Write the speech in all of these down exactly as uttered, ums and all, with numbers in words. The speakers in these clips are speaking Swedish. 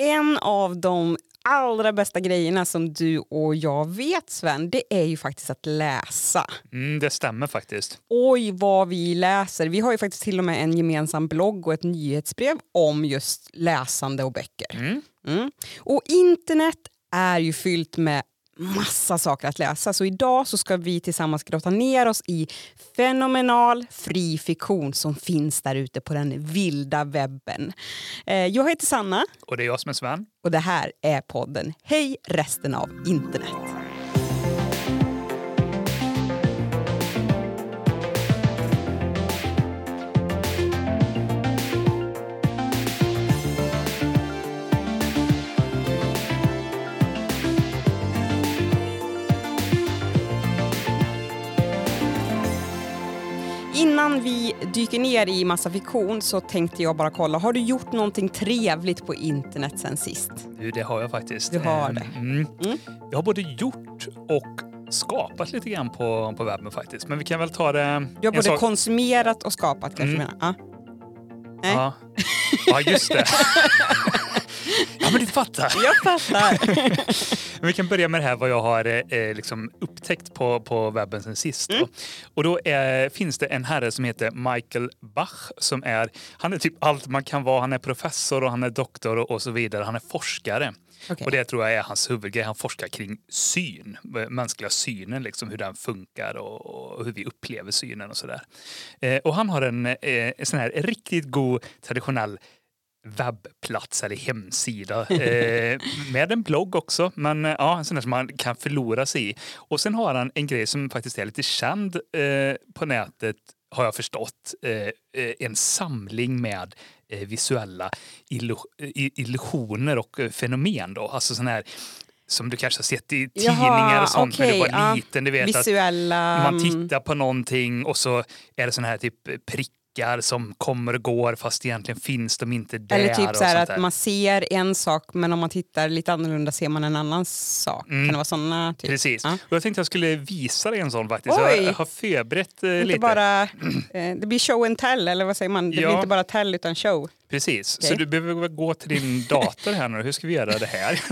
En av de allra bästa grejerna som du och jag vet, Sven, det är ju faktiskt att läsa. Mm, det stämmer faktiskt. Oj, vad vi läser. Vi har ju faktiskt till och med en gemensam blogg och ett nyhetsbrev om just läsande och böcker. Mm. Mm. Och internet är ju fyllt med massa saker att läsa. Så idag så ska vi tillsammans grotta ner oss i fenomenal fri fiktion som finns där ute på den vilda webben. Eh, jag heter Sanna. Och det är jag som är Sven. Och det här är podden Hej resten av internet. Innan vi dyker ner i massa fiktion så tänkte jag bara kolla. Har du gjort någonting trevligt på internet sen sist? Du, det har jag faktiskt. Du har det. Mm. Mm. Jag har både gjort och skapat lite grann på, på webben faktiskt. Men vi kan väl ta det... Du har både sak... konsumerat och skapat kanske Mm. menar. Ja. Nej. Ja. Ja, just det. Ja, men du fattar. Jag fattar. Men vi kan börja med det här vad jag har eh, liksom upptäckt på, på webben sen sist. Då. Mm. Och då är, finns det en herre som heter Michael Bach som är, han är typ allt man kan vara. Han är professor och han är doktor och, och så vidare. Han är forskare. Okay. Och det tror jag är hans huvudgrej. Han forskar kring syn, mänskliga synen, liksom, hur den funkar och, och hur vi upplever synen och sådär. Eh, och han har en, eh, en sån här riktigt god traditionell webbplats eller hemsida eh, med en blogg också, men eh, ja, en sån där som man kan förlora sig i. Och sen har han en grej som faktiskt är lite känd eh, på nätet, har jag förstått, eh, en samling med eh, visuella illu- illusioner och eh, fenomen då, alltså sån här som du kanske har sett i tidningar Jaha, och sånt okay, när du var ja. liten, du vet Visuella... att man tittar på någonting och så är det sån här typ prick som kommer och går fast egentligen finns de inte där. Eller typ så här att där. man ser en sak men om man tittar lite annorlunda ser man en annan sak. Mm. Kan det vara sådana typ? Precis. Ja. Och jag tänkte att jag skulle visa dig en sån faktiskt. Oj. Jag har förberett eh, Inte lite. bara, eh, det blir show and tell eller vad säger man? Det Ja. blir inte bara tell utan show. Precis. Okay. Så du behöver gå till din dator här nu. Hur ska vi göra det här?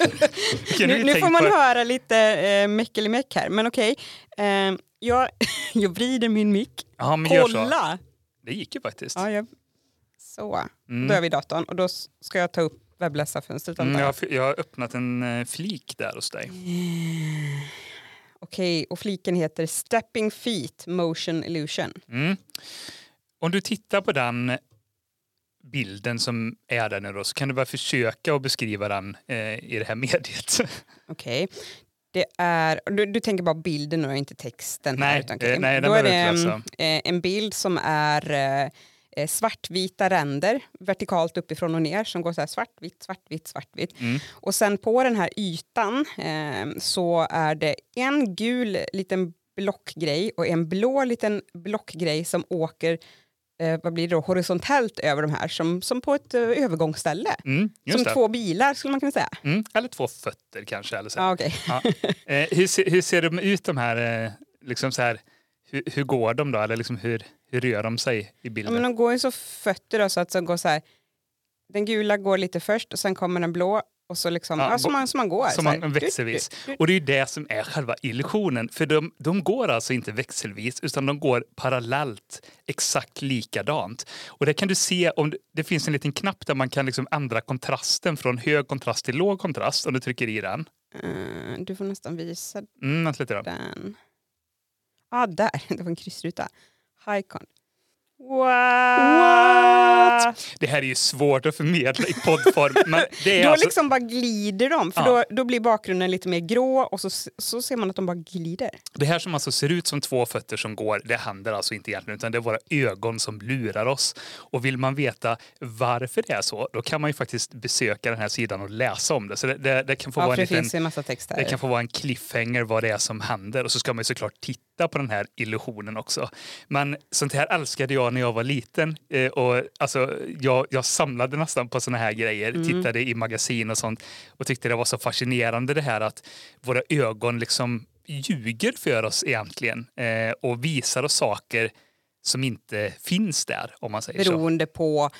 nu nu får man på... höra lite eh, meckelimeck här. Men okej, okay. eh, jag, jag vrider min mick. Ja, men kolla! Det gick ju faktiskt. Ja, jag... Så, mm. då är vi i datorn och då ska jag ta upp webbläsarfönstret. Mm, jag, har, jag har öppnat en uh, flik där hos dig. Mm. Okej, okay, och fliken heter Stepping Feet Motion Illusion. Mm. Om du tittar på den bilden som är där nu då, så kan du bara försöka att beskriva den eh, i det här mediet. Okej. Okay. Det är, du, du tänker bara bilden och inte texten. Nej, här, utan, okay. eh, nej då är det en, en bild som är eh, svartvita ränder vertikalt uppifrån och ner som går så här svartvitt, svartvitt, svartvitt. Mm. Och sen på den här ytan eh, så är det en gul liten blockgrej och en blå liten blockgrej som åker eh, vad blir det då, horisontellt över de här som, som på ett eh, övergångsställe. Mm, som det. två bilar skulle man kunna säga. Mm, eller två fötter kanske. Eller så. Ah, okay. Ja. Eh, hur, ser, hur ser de ut de här, eh, liksom så här hur, hur går de då? Eller liksom hur, hur rör de sig i bilden? Ja, men de går ju så fötter då, så att de går så här. Den gula går lite först och sen kommer den blå. Och så liksom, ja, ja, som, man, som man går. Som man växelvis. Och det är ju det som är själva illusionen. För de, de går alltså inte växelvis utan de går parallellt exakt likadant. Och det kan du se om det, det finns en liten knapp där man kan liksom ändra kontrasten från hög kontrast till låg kontrast om du trycker i den. Uh, du får nästan visa mm, vänta lite då. Den. Ah, där. Det var en kryssruta. High con. What? What? Det här är ju svårt att förmedla i poddform. Men det är då alltså... liksom bara glider de. För ja. då, då blir bakgrunden lite mer grå och så, så ser man att de bara glider. Det här som alltså ser ut som två fötter som går, det händer alltså inte egentligen utan det är våra ögon som lurar oss. Och vill man veta varför det är så, då kan man ju faktiskt besöka den här sidan och läsa om det. Så det, det, det kan få ja, vara en det liten, finns en massa text där. Det kan få vara en cliffhanger vad det är som händer. Och så ska man ju såklart titta på den här illusionen också. Men sånt här älskade jag när jag var liten. Eh, och alltså, jag, jag samlade nästan på såna här grejer. Mm. Tittade i magasin och sånt. Och tyckte det var så fascinerande det här att våra ögon liksom ljuger för oss egentligen. Eh, och visar oss saker som inte finns där, om man säger Beroende så. på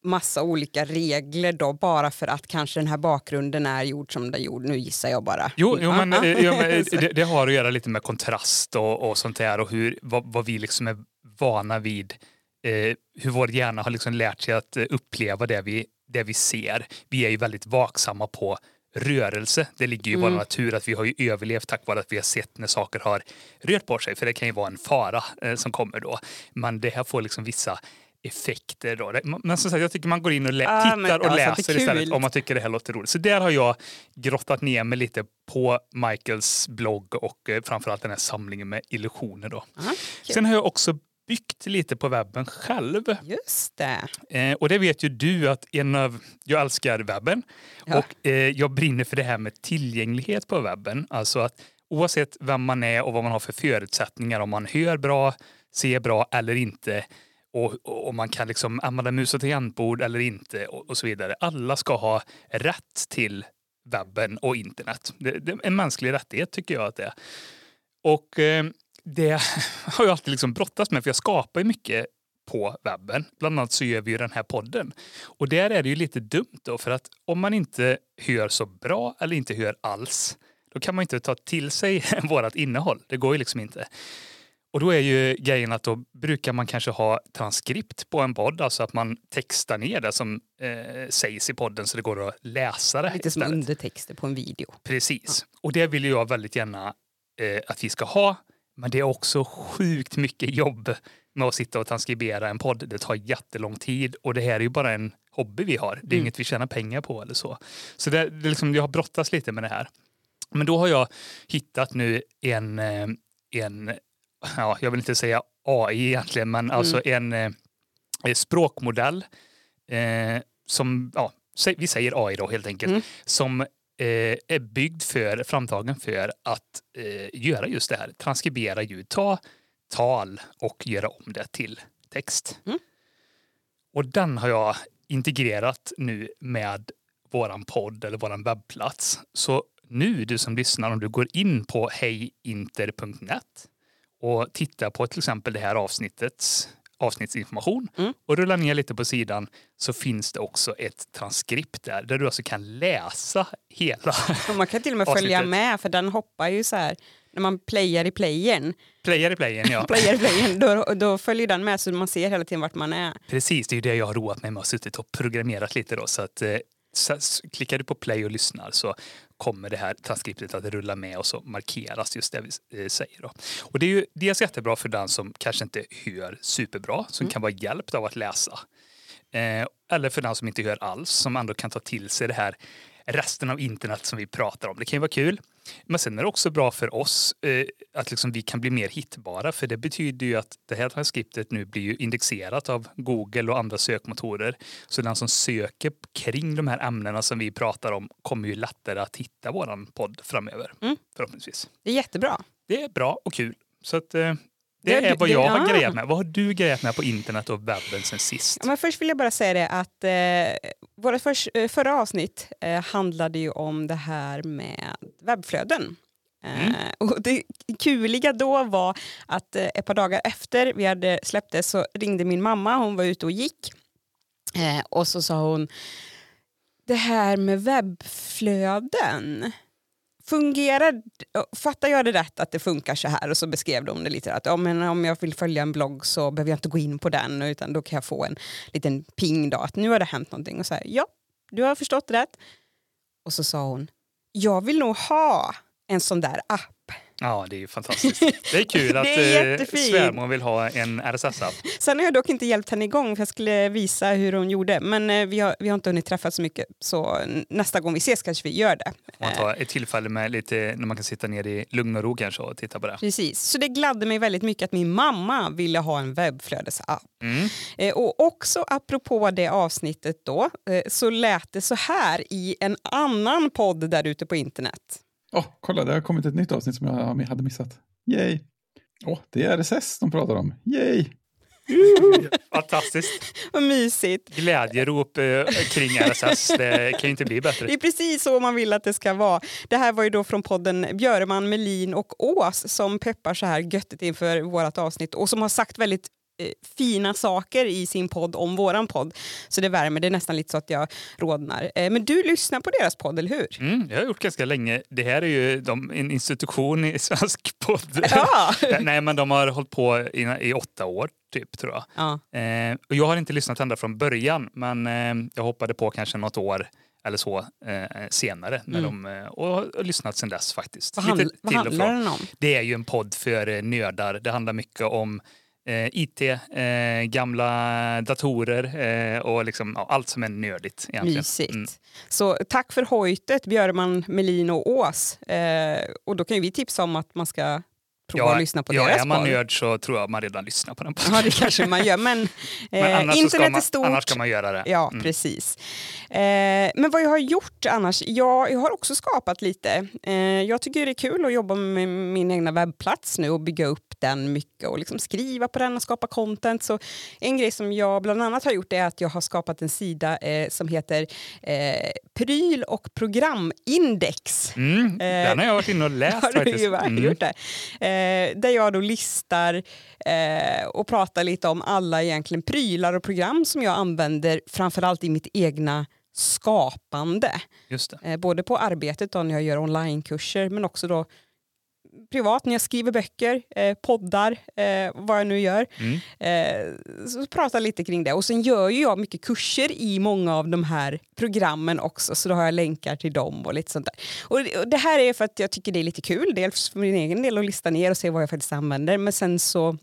massa olika regler då, bara för att kanske den här bakgrunden är gjord som den är gjord. Nu gissar jag bara. Jo, jo men, ah, jo, men det, det har att göra lite med kontrast och, och sånt där och hur, vad, vad vi liksom är vana vid. Eh, hur vår hjärna har liksom lärt sig att uppleva det vi, det vi ser. Vi är ju väldigt vaksamma på rörelse. Det ligger ju i mm. vår natur att vi har ju överlevt tack vare att vi har sett när saker har rört på sig. För det kan ju vara en fara eh, som kommer då. Men det här får liksom vissa effekter då. Men som sagt, jag tycker man går in och lä- ah, tittar men, och ja, läser istället om man tycker det här låter roligt. Så där har jag grottat ner mig lite på Michaels blogg och eh, framförallt den här samlingen med illusioner då. Aha, Sen har jag också byggt lite på webben själv. Just det. Eh, och det vet ju du att en av, jag älskar webben Ja. och eh, jag brinner för det här med tillgänglighet på webben. Alltså att oavsett vem man är och vad man har för förutsättningar, om man hör bra, ser bra eller inte och, och om man kan liksom använda mus och tangentbord eller inte och, och så vidare. Alla ska ha rätt till webben och internet. Det, det är en mänsklig rättighet tycker jag att det är. Och eh, det har jag alltid liksom brottats med för jag skapar ju mycket på webben. Bland annat så gör vi ju den här podden. Och där är det ju lite dumt då för att om man inte hör så bra eller inte hör alls då kan man inte ta till sig vårat innehåll. Det går ju liksom inte. Och då är ju grejen att då brukar man kanske ha transkript på en podd. Alltså att man textar ner det som eh, sägs i podden så det går att läsa det. Lite istället. som undertexter på en video. Precis. Ja. Och det vill jag väldigt gärna eh, att vi ska ha. Men det är också sjukt mycket jobb med att sitta och transkribera en podd. Det tar jättelång tid och det här är ju bara en hobby vi har. Det är mm. inget vi tjänar pengar på eller så. Så det, det liksom, jag har brottats lite med det här. Men då har jag hittat nu en, en ja, jag vill inte säga A I egentligen, men mm. alltså en eh, språkmodell eh, som, ja, vi säger A I då helt enkelt, mm. som eh, är byggd för, framtagen för att eh, göra just det här. Transkribera ljud, ta tal och göra om det till text. Mm. Och den har jag integrerat nu med våran podd eller våran webbplats. Så nu du som lyssnar, om du går in på hejinter punkt net och tittar på till exempel det här avsnittets avsnittsinformation mm. och rullar ner lite på sidan så finns det också ett transkript där där du alltså kan läsa hela och man kan till och med följa avsnittet. Med för den hoppar ju så här när man playar i playen. Playar i playen, ja. playar i playen, då, då följer den med så man ser hela tiden vart man är. Precis, det är ju det jag har roat mig med att suttit och programmerat lite då så att så klickar du på play och lyssnar så kommer det här transkriptet att rulla med och så markeras just det vi säger då. Och det är ju dels jättebra för den som kanske inte hör superbra, som mm. kan vara hjälpt av att läsa. Eh, eller för den som inte hör alls, som ändå kan ta till sig det här resten av internet som vi pratar om. Det kan ju vara kul. Men sen är det också bra för oss eh, att liksom vi kan bli mer hittbara. För det betyder ju att det här transkriptet nu blir ju indexerat av Google och andra sökmotorer. Så den som söker kring de här ämnena som vi pratar om kommer ju lättare att hitta våran podd framöver. Mm. Förhoppningsvis. Det är jättebra. Det är bra och kul. Så att... Eh, Det är vad jag har grejat med. Vad har du grejat med på internet och webben sen sist? Ja, men först vill jag bara säga det att eh, våra för, förra avsnitt eh, handlade ju om det här med webbflöden. Mm. Eh, och det kuliga då var att eh, ett par dagar efter vi hade släppt det så ringde min mamma. Hon var ute och gick. Eh, och så sa hon, det här med webbflöden... Fungerar, fattar jag det rätt att det funkar så här? Och så beskrev de det lite att ja, men om jag vill följa en blogg så behöver jag inte gå in på den utan då kan jag få en liten ping då att nu har det hänt någonting och så här, ja, du har förstått rätt. Och så sa hon, jag vill nog ha en sån där app. Ja, det är ju fantastiskt. Det är kul att är svärmor vill ha en R S S-app. Sen har jag dock inte hjälpt henne igång för jag skulle visa hur hon gjorde. Men vi har, vi har inte hunnit träffas så mycket så nästa gång vi ses kanske vi gör det. Man tar ett tillfälle med lite, när man kan sitta ner i lugn och ro kanske och titta på det. Precis, så det gladde mig väldigt mycket att min mamma ville ha en webbflödesapp. Mm. Och också apropå det avsnittet då så lät det så här i en annan podd där ute på internet. Åh, oh, kolla, det har kommit ett nytt avsnitt som jag hade missat. Yay! Åh, oh, det är R S S de pratar om. Yay! Fantastiskt. Vad mysigt. Glädjerop eh, kring R S S, det kan ju inte bli bättre. Det är precis så man vill att det ska vara. Det här var ju då från podden Björman, Melin och Ås som peppar så här göttet inför vårat avsnitt och som har sagt väldigt eh, fina saker i sin podd om våran podd. Så det värmer, det är nästan lite så att jag rodnar. Eh, men du lyssnar på deras podd, eller hur? Mm, jag har gjort ganska länge. Det här är ju de, en institution i svensk podd. Ja. Nej, men de har hållit på i, i åtta år typ, tror jag. Ja. Eh, och jag har inte lyssnat ända från början, men eh, jag hoppade på kanske något år eller så eh, senare när Mm. de, eh, och har lyssnat sedan dess faktiskt. Vad, handl- Lite vad till och handlar från. den om? Det är ju en podd för eh, nördar. Det handlar mycket om eh, I T, eh, gamla datorer eh, och liksom, ja, allt som är nördigt egentligen. Mysigt. Mm. Så tack för hojtet, Björman, Melin och Ås. Eh, och då kan ju vi tipsa om att man ska prova Ja, att lyssna på ja, deras är man podd. nörd så tror jag man redan lyssnar på den podden. Ja, det kanske man gör, men, eh, Men annars, så ska internet man, är stort. annars ska man göra det. Ja, Mm. precis. Eh, men vad jag har gjort annars, jag, jag har också skapat lite. Eh, jag tycker det är kul att jobba med min egna webbplats nu och bygga upp den mycket och liksom skriva på den och skapa content. Så en grej som jag bland annat har gjort är att jag har skapat en sida eh, som heter eh, Pryl- och programindex. Mm, den har jag varit inne och läst Har du faktiskt. ju Mm. gjort det. Eh, där jag då listar eh, och pratar lite om alla egentligen prylar och program som jag använder framförallt i mitt egna skapande. Just det. Eh, både på arbetet då när jag gör onlinekurser men också då privat när jag skriver böcker, eh, poddar, eh, vad jag nu gör. Mm. Eh, så pratar lite kring det. Och sen gör ju jag mycket kurser i många av de här programmen också. Så då har jag länkar till dem och lite sånt där. Och det, och det här är för att jag tycker det är lite kul. Dels för min egen del att lista ner och se vad jag faktiskt använder. Men sen så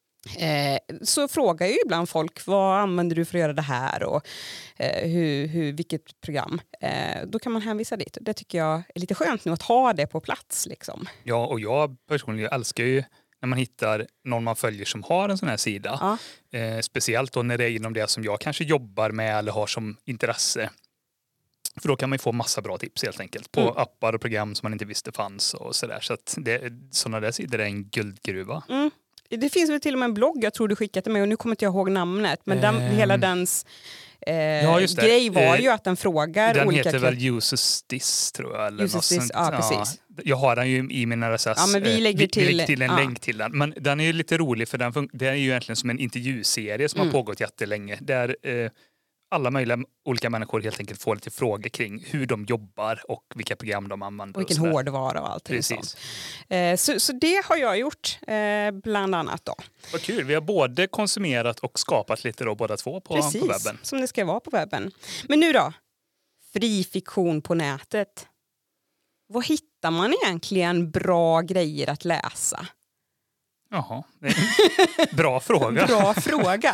Eh, så frågar jag ju ibland folk, vad använder du för att göra det här och eh, hur, hur, vilket program. Eh, då kan man hänvisa dit. Det tycker jag är lite skönt nu att ha det på plats. Liksom. Ja, och jag personligen älskar ju när man hittar någon man följer som har en sån här sida. Ja. Eh, speciellt då när det är inom det som jag kanske jobbar med eller har som intresse. För då kan man ju få massa bra tips helt enkelt på Mm. appar och program som man inte visste fanns och sådär. Så att det, sådana där sidor är en guldgruva. Mm. Det finns väl till och med en blogg jag tror du skickade till mig och nu kommer inte jag ihåg namnet. Men den, Ehm. hela dens eh, Ja, just det. grej var Eh, ju att den frågar Den olika... heter väl Uses This, tror jag. Eller Uses något This, sånt. ja, precis. Jag har den ju i min R S S. Ja, men vi Eh, lägger vi, till- vi lägger till en ja. länk till den. Men den är ju lite rolig för den fun- det är ju egentligen som en intervjuserie som Mm. har pågått jättelänge. Där eh, alla möjliga olika människor helt enkelt får lite frågor kring hur de jobbar och vilka program de använder. Och vilken sådär. hårdvara och allting Precis. sånt. Eh, så, så det har jag gjort, eh, bland annat då. Vad kul. Vi har både konsumerat och skapat lite då båda två på, Precis, på webben. som det ska vara på webben. Men nu då? Fri fiktion på nätet. Vad hittar man egentligen bra grejer att läsa? Jaha, det är en bra fråga. Bra fråga.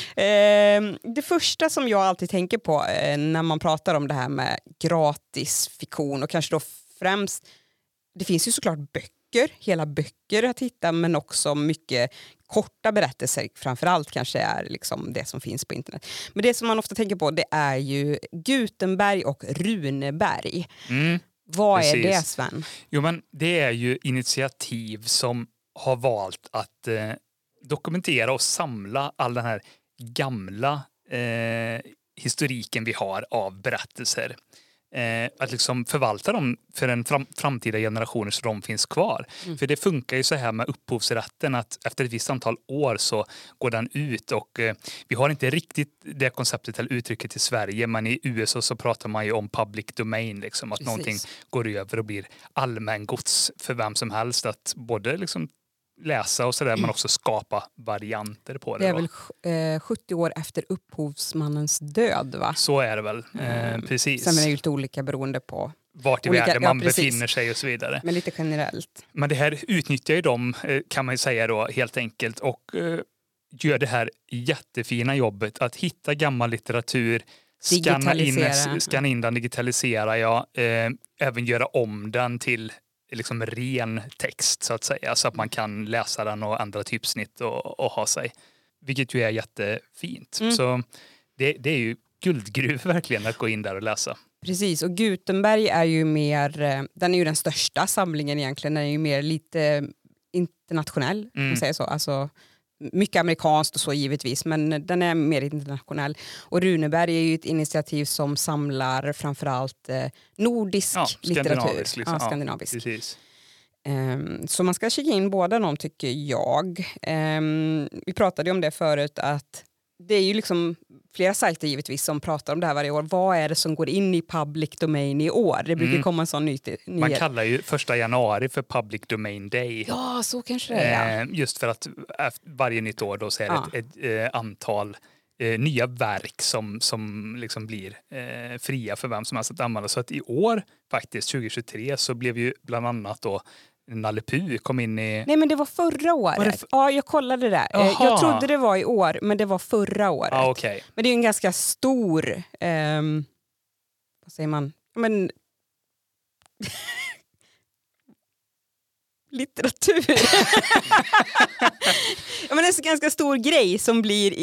Eh, det första som jag alltid tänker på eh, när man pratar om det här med gratis fiktion och kanske då främst, det finns ju såklart böcker, hela böcker att hitta men också mycket korta berättelser framförallt kanske är liksom det som finns på internet. Men det som man ofta tänker på det är ju Gutenberg och Runeberg. Mm. Vad är Precis. det, Sven? Jo, men det är ju initiativ som har valt att eh, dokumentera och samla all den här gamla eh, historiken vi har av berättelser. Eh, att liksom förvalta dem för en fram- framtida generationer så de finns kvar. Mm. För det funkar ju så här med upphovsrätten att efter ett visst antal år så går den ut och eh, vi har inte riktigt det konceptet eller uttrycket i Sverige, men i U S A så pratar man ju om public domain, liksom, att Precis. någonting går över och blir allmängods för vem som helst att både liksom läsa och sådär men också skapa varianter på det. Det är då. väl eh, sjuttio år efter upphovsmannens död, va? Så är det väl, eh, Mm. precis. Sen är det ju lite olika beroende på, Vart i olika- världen ja, man precis. befinner sig och så vidare. men lite generellt. Men det här utnyttjar ju de, eh, kan man ju säga då, helt enkelt och eh, gör det här jättefina jobbet att hitta gammal litteratur, scanna in, Digitalisera. scanna in den, digitalisera, ja, eh, även göra om den till liksom ren text så att säga, så att man kan läsa den och ändra typsnitt och, och ha sig. Vilket ju är jättefint. Mm. Så det, det är ju guldgruv verkligen att gå in där och läsa. Precis, och Gutenberg är ju mer, eh, den är ju den största samlingen egentligen, den är ju mer lite internationell, om Mm. man säger så. Alltså, mycket amerikanskt och så givetvis, men den är mer internationell. Och Runeberg är ju ett initiativ som samlar framförallt eh, nordisk Ja, litteratur. skandinavisk. Liksom. Ja, skandinavisk. Ja, precis. Um, så man ska kika in båda dem tycker jag. Um, vi pratade ju om det förut att det är ju liksom flera sajter givetvis som pratar om det här varje år. Vad är det som går in i public domain i år? Det brukar mm. komma en sån ny nyhet. Man kallar ju första januari för public domain day. Ja, så kanske det är. Eh, just för att varje nytt år då så är det ja. ett, ett eh, antal eh, nya verk som, som liksom blir eh, fria för vem som helst att använda. Så att i år faktiskt, tjugohundratjugotre, så blev ju bland annat då Nalle Puh kom in i... Nej, men det var förra året. Var för... Ja, jag kollade det. Aha. Jag trodde det var i år, men det var förra året. Ah, okay. Men det är en ganska stor... Um, vad säger man? Men... litteratur. Ja, men det är en ganska stor grej som blir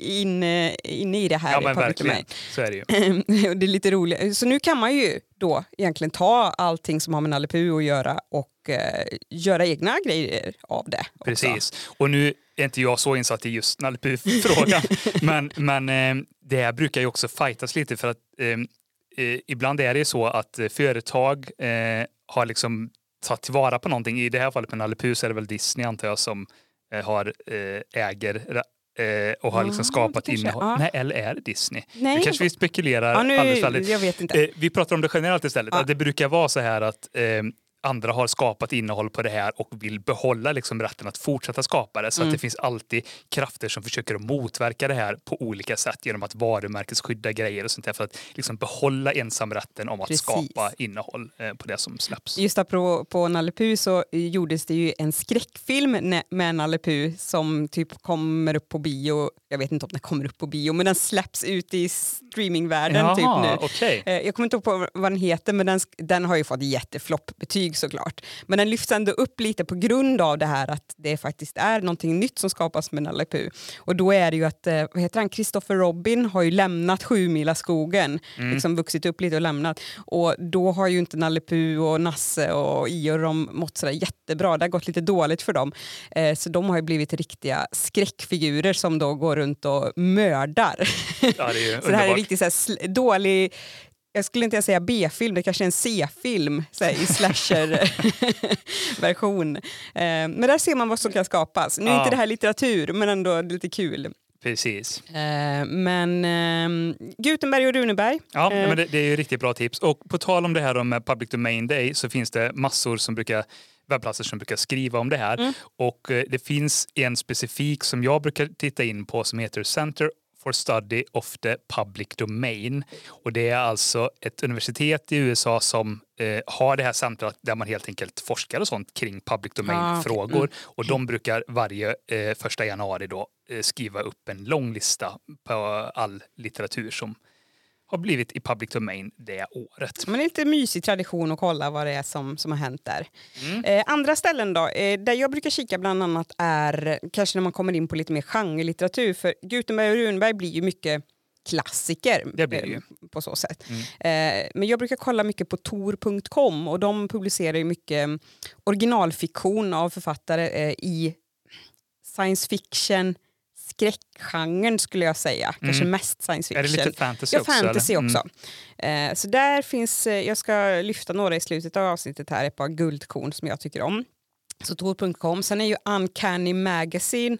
inne in i det här. Ja, men verkligen. Så är det ju. Det är lite roligt. Så nu kan man ju då egentligen ta allting som har med Nalle Puh att göra och eh, göra egna grejer av det. Precis. Också. Och nu är inte jag så insatt i just Nalle Puh-frågan. men men eh, det brukar ju också fightas lite för att eh, eh, ibland är det så att eh, företag eh, har liksom tagit tillvara på någonting. I det här fallet med Nalle Puh så är det väl Disney antar jag som eh, har eh, äger eh, och har liksom skapat kanske, innehåll. Ja. Nej, eller är det Disney? Nej, nu kanske vi spekulerar ja, nu, alldeles väldigt. Jag vet inte. Eh, vi pratar om det generellt istället. Ja. Att det brukar vara så här att eh, andra har skapat innehåll på det här och vill behålla liksom rätten att fortsätta skapa det. Så mm. att det finns alltid krafter som försöker att motverka det här på olika sätt genom att varumärkesskydda grejer och sånt där för att liksom behålla ensamrätten om att Precis. skapa innehåll eh, på det som släpps. Just på, på Nalle Puh så gjordes det ju en skräckfilm med Nalle Puh som typ kommer upp på bio. Jag vet inte om den kommer upp på bio, men den släpps ut i streamingvärlden. Jaha, typ nu. Okay. Eh, jag kommer inte ihåg på vad den heter, men den, den har ju fått jättefloppbetyg såklart. Men den lyfts ändå upp lite på grund av det här att det faktiskt är någonting nytt som skapas med Nalle Puh. Och då är det ju att, vad heter han, Christopher Robin har ju lämnat Sjumila skogen, mm. liksom vuxit upp lite och lämnat. Och då har ju inte Nalle Puh och Nasse och Ior de mått sådär jättebra. Det har gått lite dåligt för dem. Eh, så de har ju blivit riktiga skräckfigurer som då går runt och mördar. Ja, det är ju så det här är riktigt så här dålig... Jag skulle inte säga B-film, det kanske är en C-film så här, i slasher-version. Eh, men där ser man vad som kan skapas. Nu är ja. inte det här litteratur, men ändå lite kul. Precis. Eh, men eh, Gutenberg och Runeberg. Ja, eh. men det, det är ju riktigt bra tips. Och på tal om det här om Public Domain Day så finns det massor som brukar webbplatser som brukar skriva om det här. Mm. Och eh, det finns en specifik som jag brukar titta in på som heter Center for Study of the Public Domain. Och det är alltså ett universitet i U S A som eh, har det här centret där man helt enkelt forskar och sånt kring public domain-frågor. Ah, okay. mm. Och de brukar varje eh, första januari då eh, skriva upp en lång lista på all litteratur som har blivit i public domain det året. Men det är lite mysig tradition att kolla vad det är som, som har hänt där. Mm. Eh, andra ställen då, eh, där jag brukar kika bland annat är kanske när man kommer in på lite mer genrelitteratur. För Gutenberg och Runeberg blir ju mycket klassiker det blir det ju. Eh, på så sätt. Mm. Eh, men jag brukar kolla mycket på tor punkt com och de publicerar ju mycket originalfiktion av författare eh, i science fiction, skräckgenren skulle jag säga. Kanske mm. mest science fiction. Är det lite fantasy ja, också? fantasy eller? också. Mm. Eh, så där finns, eh, jag ska lyfta några i slutet av avsnittet här, ett par guldkorn som jag tycker om. Så tor punkt com. Sen är ju Uncanny Magazine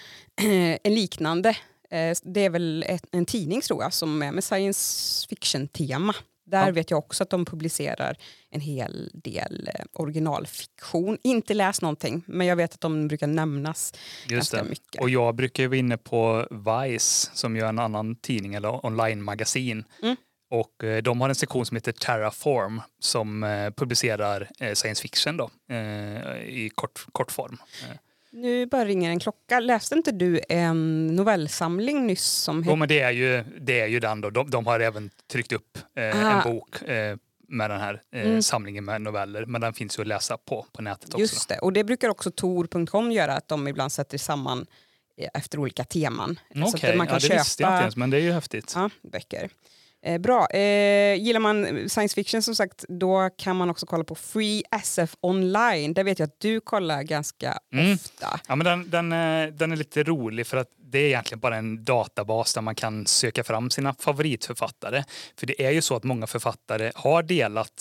eh, en liknande. Eh, det är väl ett, en tidning tror jag som är med science fiction-tema. Där ja. vet jag också att de publicerar en hel del eh, originalfiktion. Inte läst någonting, men jag vet att de brukar nämnas Just ganska det. mycket. Och jag brukar vara inne på Vice som gör en annan tidning eller online-magasin. Mm. Och eh, de har en sektion som heter Terraform som eh, publicerar eh, science fiction då, eh, i kort, kort form. Eh. Nu bara ringer en klocka. Läste inte du en novellsamling nyss som heter... Jo, men det är ju, det är ju den då. De, de har även tryckt upp eh, en bok eh, med den här eh, mm. samlingen med noveller. Men den finns ju att läsa på, på nätet också. Just det. Och det brukar också tor punkt com göra, att de ibland sätter samman eh, efter olika teman. Okej, okay. ja, det köpa... visste jag inte ens, men det är ju häftigt. Ja, böcker. Eh, bra. Eh, gillar man science fiction som sagt, då kan man också kolla på Free S F Online. Där vet jag att du kollar ganska mm. ofta. Ja, men den, den, den är lite rolig för att det är egentligen bara en databas där man kan söka fram sina favoritförfattare. För det är ju så att många författare har delat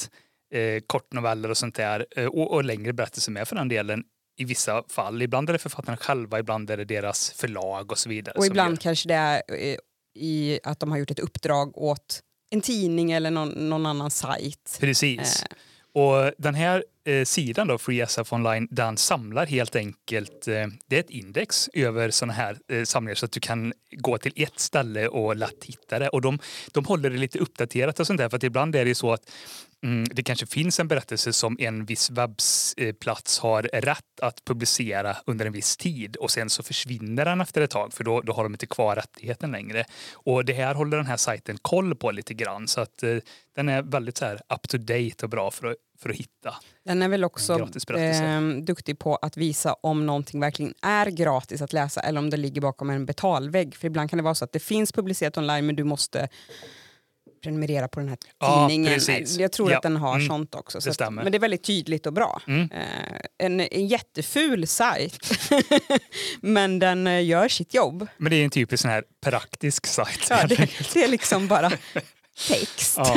eh, kortnoveller och sånt där. Eh, och, och längre berättelser med för den delen. I vissa fall. Ibland är det författarna själva, ibland är det deras förlag och så vidare. Och ibland gör. kanske det är eh, i att de har gjort ett uppdrag åt en tidning eller någon, någon annan sajt. Precis. Eh. Och den här eh, sidan då, Free S F Online, den samlar helt enkelt, eh, det är ett index över sådana här eh, samlingar så att du kan gå till ett ställe och lätt hitta det. Och de, de håller det lite uppdaterat och sånt där, för att ibland är det så att mm, det kanske finns en berättelse som en viss webbplats har rätt att publicera under en viss tid och sen så försvinner den efter ett tag, för då, då har de inte kvar rättigheten längre. Och det här håller den här sajten koll på lite grann, så att eh, den är väldigt så här up to date och bra för att, för att hitta. Den är väl också eh, duktig på att visa om någonting verkligen är gratis att läsa eller om det ligger bakom en betalvägg. För ibland kan det vara så att det finns publicerat online men du måste prenumerera på den här tidningen. Ja, jag tror ja. att den har mm. sånt också. Det så stämmer. att, men det är väldigt tydligt och bra. Mm. Eh, en, en jätteful sajt. Men den eh, gör sitt jobb. Men det är en typisk sån här praktisk sajt. Ja, det, det är liksom bara text. Ja.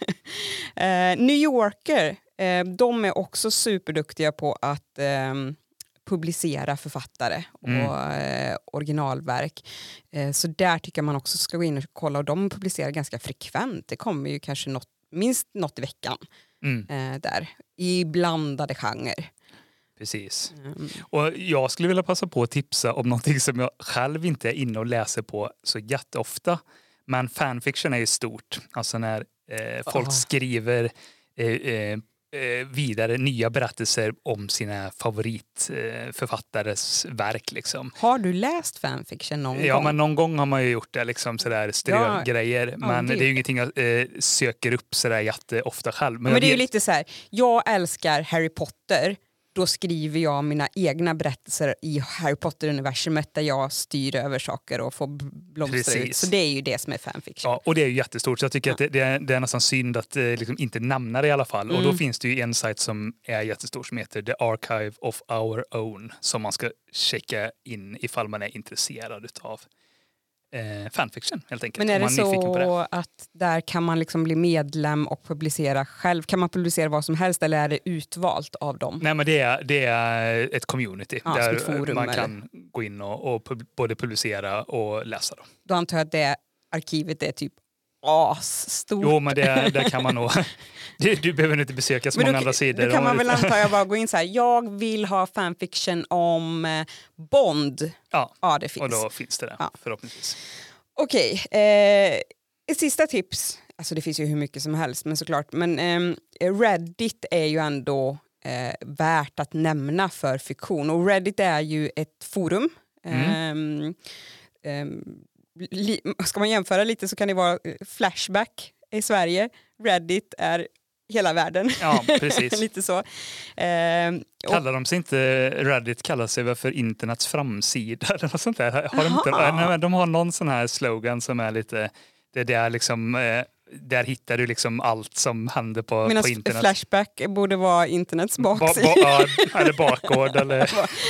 eh, New Yorker, eh, de är också superduktiga på att eh, publicera författare och mm. eh, originalverk. Eh, så där tycker man också ska gå in och kolla, och de publicerar ganska frekvent. Det kommer ju kanske något, minst något i veckan mm. eh, där, i blandade genrer. Precis. Mm. Och jag skulle vilja passa på att tipsa om någonting som jag själv inte är inne och läser på så jätteofta. Men fanfiction är ju stort. Alltså när eh, folk oh. skriver eh, eh, vidare nya berättelser om sina favoritförfattares eh, verk. Liksom. Har du läst fanfiction någon ja, gång? Ja, men någon gång har man ju gjort det, liksom sådär strögrejer. Ja, men det... det är ju ingenting jag eh, söker upp sådär jätteofta själv. Men, men det är vet... ju lite så här, jag älskar Harry Potter. Då skriver jag mina egna berättelser i Harry Potter-universumet där jag styr över saker och får blomstra ut. Så det är ju det som är fanfiction. Ja, och det är ju jättestort. Så jag tycker ja. att det, det, är, det är nästan synd att eh, liksom inte nämna det i alla fall. Mm. Och då finns det ju en sajt som är jättestor som heter The Archive of Our Own, som man ska checka in ifall man är intresserad utav eh, fanfiction helt enkelt. Men är det man så på det. att där kan man liksom bli medlem och publicera själv? Kan man publicera vad som helst eller är det utvalt av dem? Nej, men det är, det är ett community ja, där ett forum, man kan eller? gå in och, och pub, både publicera och läsa. Då, då antar jag att det arkivet är typ asstort. Jo, men det, det kan man nog. Du, du behöver inte besöka så men många då, andra sidor. Då kan man väl anta jag bara gå in så här, jag vill ha fanfiction om eh, Bond. Ja, ja, det finns. Och då finns det, det ja. förhoppningsvis. Okej, eh, ett sista tips. Alltså det finns ju hur mycket som helst, men såklart. Men eh, Reddit är ju ändå eh, värt att nämna för fiktion. Och Reddit är ju ett forum. Mm. Eh, eh, li, ska man jämföra lite så kan det vara Flashback i Sverige. Reddit är hela världen. Ja, precis. Lite så. Eh, kallar de sig inte, Reddit kallar sig väl för internets framsida eller något sånt där? Har de, inte, nej, de har någon sån här slogan som är lite, det är liksom, eh, där hittar du liksom allt som händer på, på internet. Flashback borde vara internets baksida. Ba, ba, ja, eller bakgård. Eller.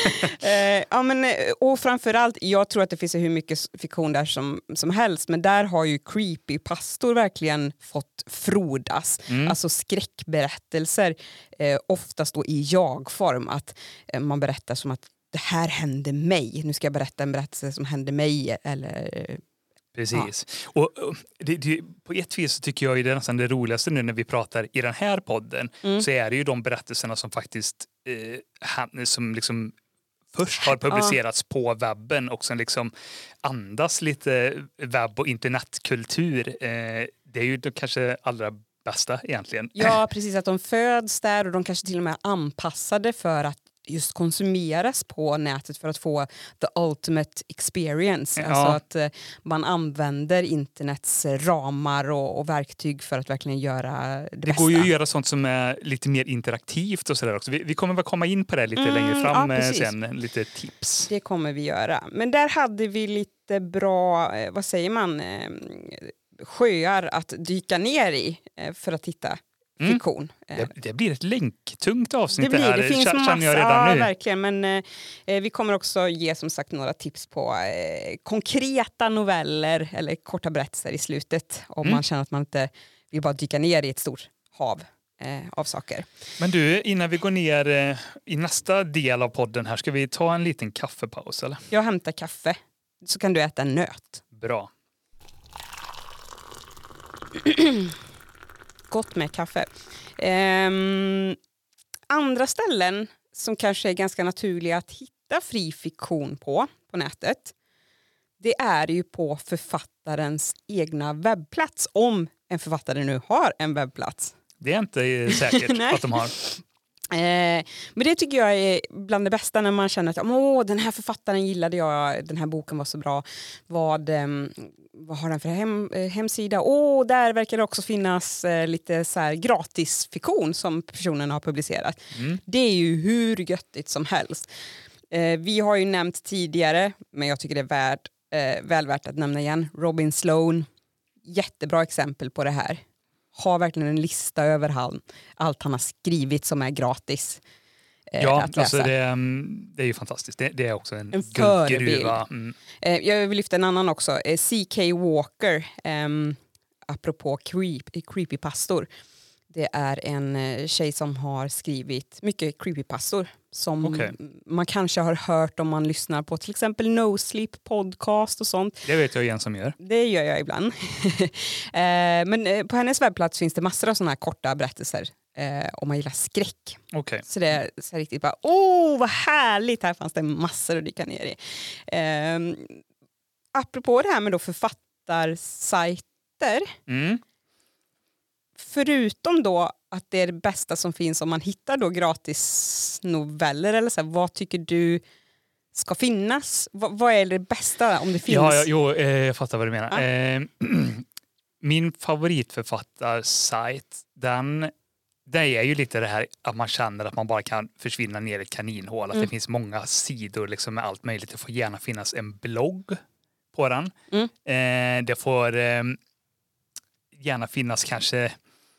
eh, ja, men, och framförallt, jag tror att det finns hur mycket fiktion där som, som helst, men där har ju creepypastor verkligen fått frodas. Mm. Alltså skräckberättelser, eh, oftast då i jag-form. Att eh, man berättar som att det här hände mig. Nu ska jag berätta en berättelse som hände mig. Eller... Precis. Ja. Och, och det, det, på ett vis så tycker jag ju det är nästan det roligaste nu när vi pratar i den här podden, mm. så är det ju de berättelserna som faktiskt eh, som liksom först har publicerats ja. på webben och som liksom andas lite webb- och internetkultur. Eh, det är ju det kanske allra bästa egentligen. Ja, precis, att de föds där och de kanske till och med är anpassade för att just konsumeras på nätet för att få the ultimate experience. Ja. Alltså att eh, man använder internets ramar och, och verktyg för att verkligen göra det, det bästa. Det går ju att göra sånt som är lite mer interaktivt och sådär också. Vi, vi kommer väl komma in på det lite mm, längre fram ja, sen, lite tips. Det kommer vi göra. Men där hade vi lite bra, eh, vad säger man, eh, sjöar att dyka ner i eh, för att hitta Mm. fiktion. Det, det blir ett länktungt avsnitt det, blir, det här. Det finns Känner massa, jag redan ja, nu. verkligen. Men eh, vi kommer också ge som sagt några tips på eh, konkreta noveller eller korta berättelser i slutet. Om mm. man känner att man inte vill bara dyka ner i ett stort hav. eh, av saker. Men du, innan vi går ner eh, i nästa del av podden här, ska vi ta en liten kaffepaus eller? Jag hämtar kaffe, så kan du äta en nöt. Bra. Gott med kaffe. Ehm, andra ställen som kanske är ganska naturliga att hitta fri fiktion på, på nätet, det är ju på författarens egna webbplats, om en författare nu har en webbplats. Det är inte säkert att de har. Eh, men det tycker jag är bland det bästa när man känner att åh, den här författaren gillade jag, den här boken var så bra. Vad, eh, vad har den för hem, eh, hemsida? Åh, där verkar det också finnas eh, lite så här gratis fiktion som personen har publicerat. Mm. Det är ju hur göttigt som helst. Eh, vi har ju nämnt tidigare, men jag tycker det är värt, eh, väl värt att nämna igen, Robin Sloan. Jättebra exempel på det här. Har verkligen en lista över han, allt han har skrivit som är gratis eh, ja, att läsa. Alltså det, det är ju fantastiskt. Det, det är också en, en förebild. Mm. Eh, jag vill lyfta en annan också. Eh, C K Walker, eh, apropå creep, creepypastor. Det är en eh, tjej som har skrivit mycket creepypastor som Okay. man kanske har hört om man lyssnar på till exempel No Sleep podcast och sånt. Det vet jag igen som gör. Det gör jag ibland. eh, men eh, på hennes webbplats finns det massor av sådana här korta berättelser eh, om man gillar skräck. Okay. Så det är så riktigt bara, åh vad härligt, här fanns det massor att dyka ner i. Eh, apropå det här med då författarsajter, Mm. förutom då att det är det bästa som finns om man hittar då gratis noveller eller så här, vad tycker du ska finnas? V- vad är det bästa om det finns? Ja, ja, jo, eh, jag fattar vad du menar. Ja. Eh, min favoritförfattarsajt, den, det är ju lite det här att man känner att man bara kan försvinna ner i ett kaninhål. Att Mm. det finns många sidor liksom, med allt möjligt. Det får gärna finnas en blogg på den. Mm. Eh, det får eh, gärna finnas kanske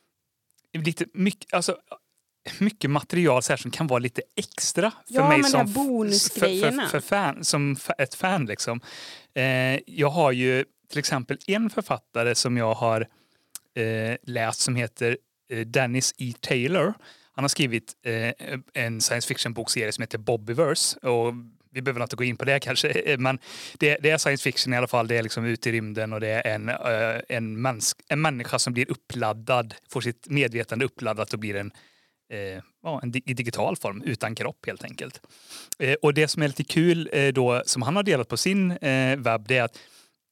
lite mycket, alltså, mycket material så här, som kan vara lite extra för Ja, mig men som, de här bonusgrejerna. för, för, för fan, som ett fan. Liksom. Eh, jag har ju till exempel en författare som jag har eh, läst som heter eh, Dennis E. Taylor. Han har skrivit eh, en science fiction-bokserie som heter Bobbyverse. Och vi behöver inte gå in på det kanske, men det, det är science fiction i alla fall. Det är liksom ute i rymden och det är en, uh, en, mäns- en människa som blir uppladdad, får sitt medvetande uppladdat och blir en, uh, ja, en di- i digital form, utan kropp helt enkelt. Uh, och det som är lite kul uh, då, som han har delat på sin uh, webb, det är att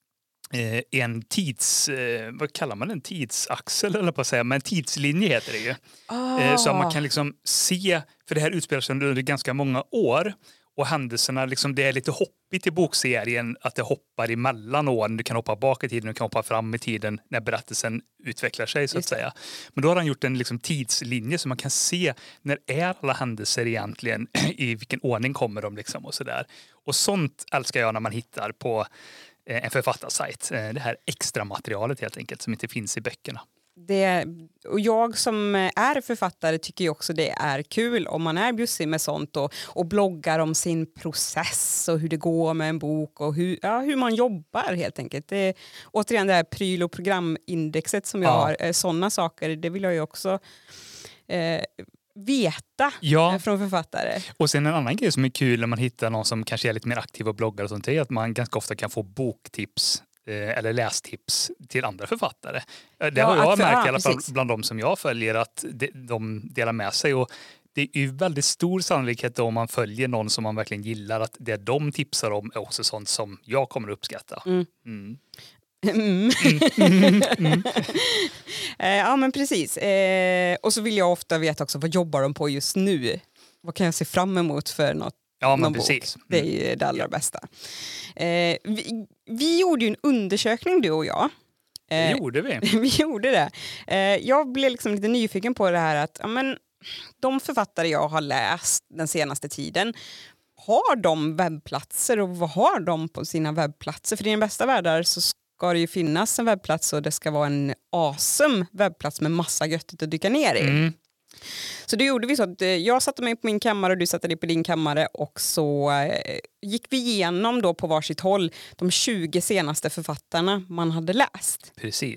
uh, en tids, uh, vad kallar man en tidsaxel eller på att säga, men en tidslinje heter det ju. Ah. Uh, så man kan liksom se, för det här utspelar sig under ganska många år. Och händelserna, liksom, det är lite hoppigt i bokserien att det hoppar emellan åren. Du kan hoppa bak i tiden och du kan hoppa fram i tiden när berättelsen utvecklar sig så att säga. Men då har han gjort en liksom, tidslinje så man kan se när är alla händelser egentligen, i vilken ordning kommer de liksom och sådär. Och sånt älskar jag när man hittar på eh, en författarsajt. Eh, det här extra materialet helt enkelt som inte finns i böckerna. Det, och jag som är författare tycker ju också det är kul om man är bjussig med sånt och, och bloggar om sin process och hur det går med en bok och hur, ja, hur man jobbar helt enkelt. Det är, återigen det här pryl- och programindexet som jag Ja. har, sådana saker, det vill jag ju också eh, veta Ja. eh, från författare. Och sen en annan grej som är kul när man hittar någon som kanske är lite mer aktiv och bloggar och sånt är att man ganska ofta kan få boktips eller lästips till andra författare. Det Ja, har jag att- märkt ja, i alla fall precis. bland de som jag följer att de, de delar med sig. Och det är ju väldigt stor sannolikhet då om man följer någon som man verkligen gillar att det de tipsar om är också sånt som jag kommer att uppskatta. Mm. Mm. Mm. Mm, mm. Eh, ja men precis. Eh, och så vill jag ofta veta också vad jobbar de på just nu? Vad kan jag se fram emot för något? Ja, men någon bok? precis. Det är ju det allra bästa. Eh, vi, vi gjorde ju en undersökning du och jag. Det Eh, gjorde vi. vi gjorde det. Eh, jag blev liksom lite nyfiken på det här att ja, men, de författare jag har läst den senaste tiden, har de webbplatser och vad har de på sina webbplatser? För i den bästa världar så ska det ju finnas en webbplats och det ska vara en awesome webbplats med massa göttigt att dyka ner i. Mm. Så då gjorde vi så att eh, jag satte mig på min kammare och du satte dig på din kammare och så eh, gick vi igenom då på varsitt håll de tjugo senaste författarna man hade läst. Precis.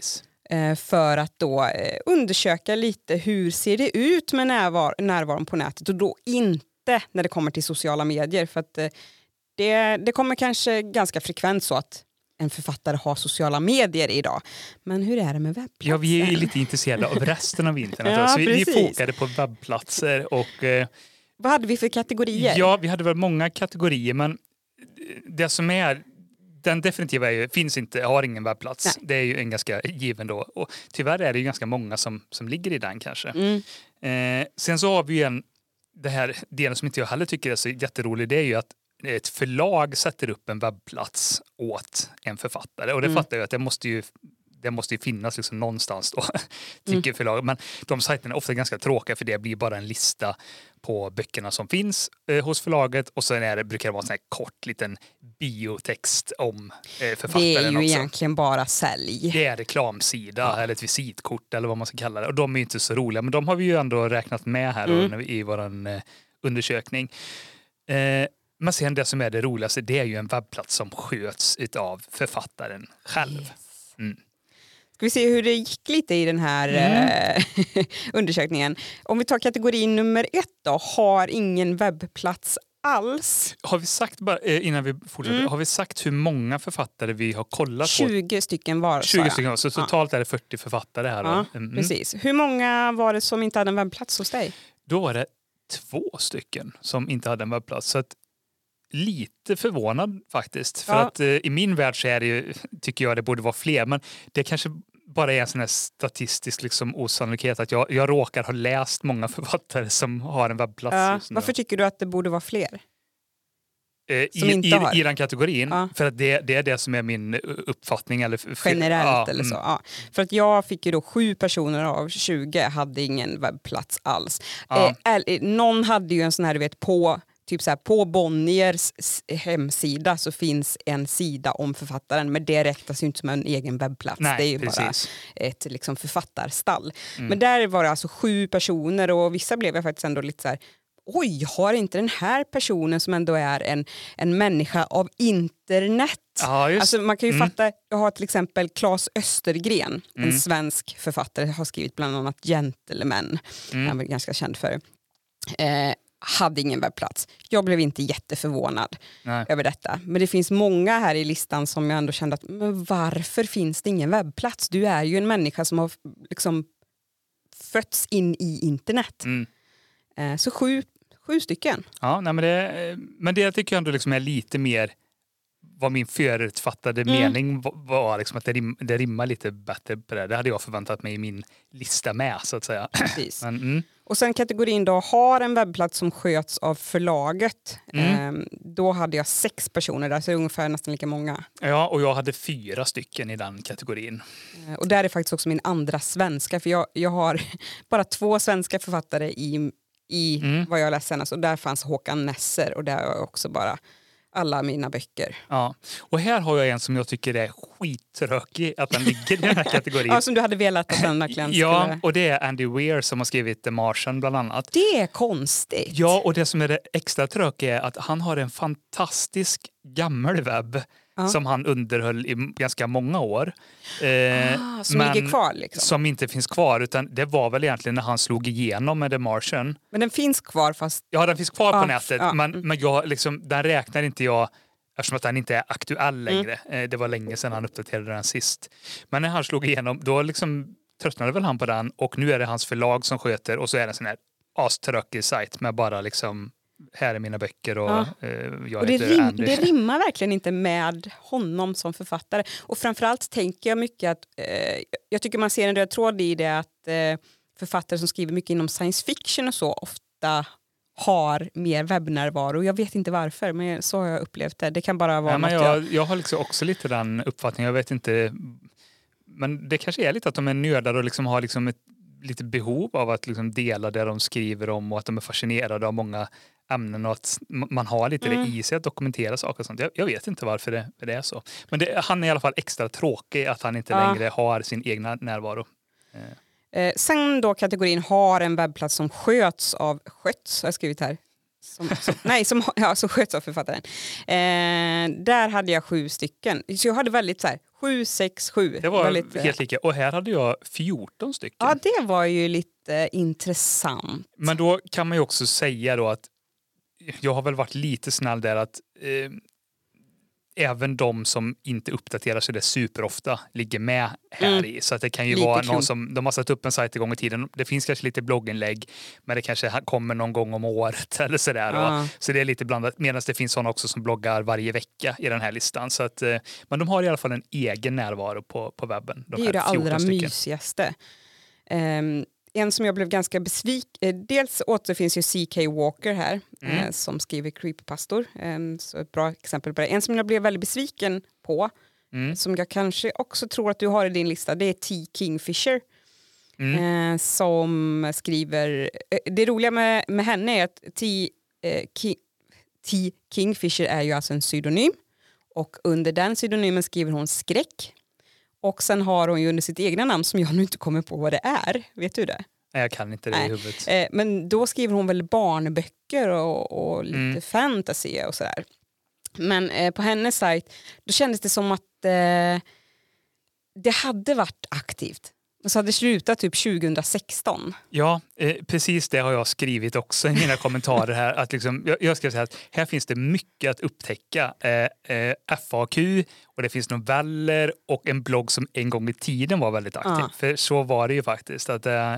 eh, för att då eh, undersöka lite hur ser det ut med närvar- närvaron på nätet och då inte när det kommer till sociala medier. För att eh, det, det kommer kanske ganska frekvent så att en författare har sociala medier idag. Men hur är det med webbplatser? Ja, vi är ju lite intresserade av resten av internet. Ja, så vi, vi precis. fokade på webbplatser och... Eh, Vad hade vi för kategorier? ja, vi hade väl många kategorier, men det som är... Den definitiva är ju, finns inte, har ingen webbplats. Nej. Det är ju en ganska given då. Och tyvärr är det ju ganska många som, som ligger i den kanske. Mm. Eh, sen så har vi ju en... Det här delen som inte jag heller tycker är så jätterolig, det är ju att ett förlag sätter upp en webbplats åt en författare. Och det mm. fattar jag att det måste ju, det måste ju finnas liksom någonstans då, tycker mm. förlag. Men de sajterna är ofta ganska tråkiga för det blir bara en lista på böckerna som finns eh, hos förlaget och sen är det, brukar det vara en sån här kort liten biotext om eh, författaren. Det är ju också. egentligen bara sälj. Det är reklamsida ja. eller ett visitkort eller vad man ska kalla det. Och de är ju inte så roliga, men de har vi ju ändå räknat med här mm. då, i vår eh, undersökning. Eh, Men sen det som är det roligaste, det är ju en webbplats som sköts av författaren själv. Yes. Mm. Ska vi se hur det gick lite i den här mm. eh, undersökningen. Om vi tar kategori nummer ett då, har ingen webbplats alls. Har vi sagt, bara, eh, innan vi fortsätter, mm. har vi sagt hur många författare vi har kollat på? tjugo stycken var, tjugo stycken, så totalt ja. är det fyrtio författare här. Ja, mm. precis. Hur många var det som inte hade en webbplats hos dig? Då var det två stycken som inte hade en webbplats. Så att lite förvånad faktiskt. För ja. att eh, i min värld så är det ju, tycker jag det borde vara fler. Men det kanske bara är en sån här statistisk liksom, osannolikhet att jag, jag råkar ha läst många författare som har en webbplats. Ja. Varför tycker du att det borde vara fler? Eh, I, i, I den kategorin. Ja. För att det, det är det som är min uppfattning. Eller f- generellt ja, eller så. Ja. För att jag fick ju då sju personer av tjugo hade ingen webbplats alls. Ja. Eh, någon hade ju en sån här, du vet, på... Typ så här, på Bonniers hemsida så finns en sida om författaren, men det räknas ju inte som en egen webbplats. Nej, det är ju precis. bara ett liksom, författarstall. Mm. Men där var det alltså sju personer och vissa blev jag faktiskt ändå lite så här, oj, har inte den här personen som ändå är en, en människa av internet? Ja, just. Alltså, man kan ju mm. fatta, jag har till exempel Claes Östergren, mm. en svensk författare, har skrivit bland annat Gentlemen, mm. han var ganska känd för eh, hade ingen webbplats. Jag blev inte jätteförvånad Nej. över detta. Men det finns många här i listan som jag ändå kände att men varför finns det ingen webbplats? Du är ju en människa som har liksom fötts in i internet. Mm. Eh, så sju, sju stycken. Ja, nej, men, det, men det tycker jag ändå liksom är lite mer vad min förutfattade mm. mening var. Liksom att det, rim, det rimmar lite bättre på det. Det hade jag förväntat mig i min lista med, så att säga. Precis. Men, mm. Och sen kategorin då har en webbplats som sköts av förlaget. Mm. Eh, då hade jag sex personer där, så det är ungefär nästan lika många. Ja, och jag hade fyra stycken i den kategorin. Eh, och där är faktiskt också min andra svenska, för jag, jag har bara två svenska författare i, i mm. vad jag läst senast. Och där fanns Håkan Nesser och där har jag också bara alla mina böcker. Ja, och här har jag en som jag tycker är skittråkig att den ligger i den här kategorin. Ja, som du hade velat att den verkligen skulle... Ja, och det är Andy Weir som har skrivit The Martian bland annat. Det är konstigt. Ja, och det som är det extra tråkiga är att han har en fantastisk gammal webb ja. som han underhöll i ganska många år. Eh, ah, som ligger kvar liksom. Som inte finns kvar, utan det var väl egentligen när han slog igenom med The Martian. Men den finns kvar fast... Ja, den finns kvar ah, på nätet, ah, men, mm. men jag, liksom, den räknar inte jag eftersom att den inte är aktuell längre. Mm. Eh, det var länge sedan han uppdaterade den sist. Men när han slog igenom, då liksom tröttnade väl han på den och nu är det hans förlag som sköter och så är det en sån här aströkig sajt med bara liksom här är mina böcker och ja. eh, jag och det, heter rim, Andy. det rimmar verkligen inte med honom som författare. Och framförallt tänker jag mycket att eh, jag tycker man ser en röd tråd i det att eh, författare som skriver mycket inom science fiction och så ofta har mer webbnärvaro. Jag vet inte varför, men så har jag upplevt det. Det kan bara vara ja, men något jag, jag... jag har liksom också lite den uppfattningen. Jag vet inte, men det kanske är lite att de är nördar och liksom har liksom ett lite behov av att liksom dela det de skriver om och att de är fascinerade av många ämnen och att man har lite mm. det i sig att dokumentera saker och sånt. Jag, jag vet inte varför det, det är så. Men det, han är i alla fall extra tråkig att han inte ja. längre har sin egna närvaro. Eh, sen då kategorin har en webbplats som sköts av sköts, har jag skrivit här. Som, som, nej, som, ja, som sköts av författaren. Eh, där hade jag sju stycken. Så jag hade väldigt så här, sju sex sju. Det var väldigt, helt lika. Och här hade jag fjorton stycken. Ja, det var ju lite intressant. Men då kan man ju också säga då att jag har väl varit lite snäll där att eh, även de som inte uppdaterar sig det superofta ligger med här mm. i. Så att det kan ju lite vara någon som, de har satt upp en sajt igång i tiden. Det finns kanske lite blogginlägg, men det kanske kommer någon gång om året eller sådär. Ja. Så det är lite blandat, medan det finns sådana också som bloggar varje vecka i den här listan. Så att, eh, men de har i alla fall en egen närvaro på, på webben. De det är ju det allra stycken. mysigaste. Um, En som jag blev ganska besviken. Dels återfinns ju C K Walker här mm. eh, som skriver creepypastor. Eh, så ett bra exempel på det. En som jag blev väldigt besviken på mm. som jag kanske också tror att du har i din lista, det är T. Kingfisher. Mm. Eh, som skriver... Eh, det roliga med, med henne är att T. Eh, Ki, T. Kingfisher är ju alltså en pseudonym. Och under den pseudonymen skriver hon skräck. Och sen har hon ju under sitt egna namn som jag nu inte kommer på vad det är. Vet du det? Nej, jag kan inte det Nej. i huvudet. Eh, men då skriver hon väl barnböcker och, och lite mm. fantasy och sådär. Men eh, på hennes sajt, då kändes det som att eh, det hade varit aktivt. Och så hade det slutat typ tjugohundrasexton. Ja, eh, precis det har jag skrivit också i mina kommentarer här. Att liksom, jag, jag ska säga att här finns det mycket att upptäcka. Eh, eh, F A Q och det finns noveller och en blogg som en gång i tiden var väldigt aktiv. Ja. För så var det ju faktiskt. Att, eh,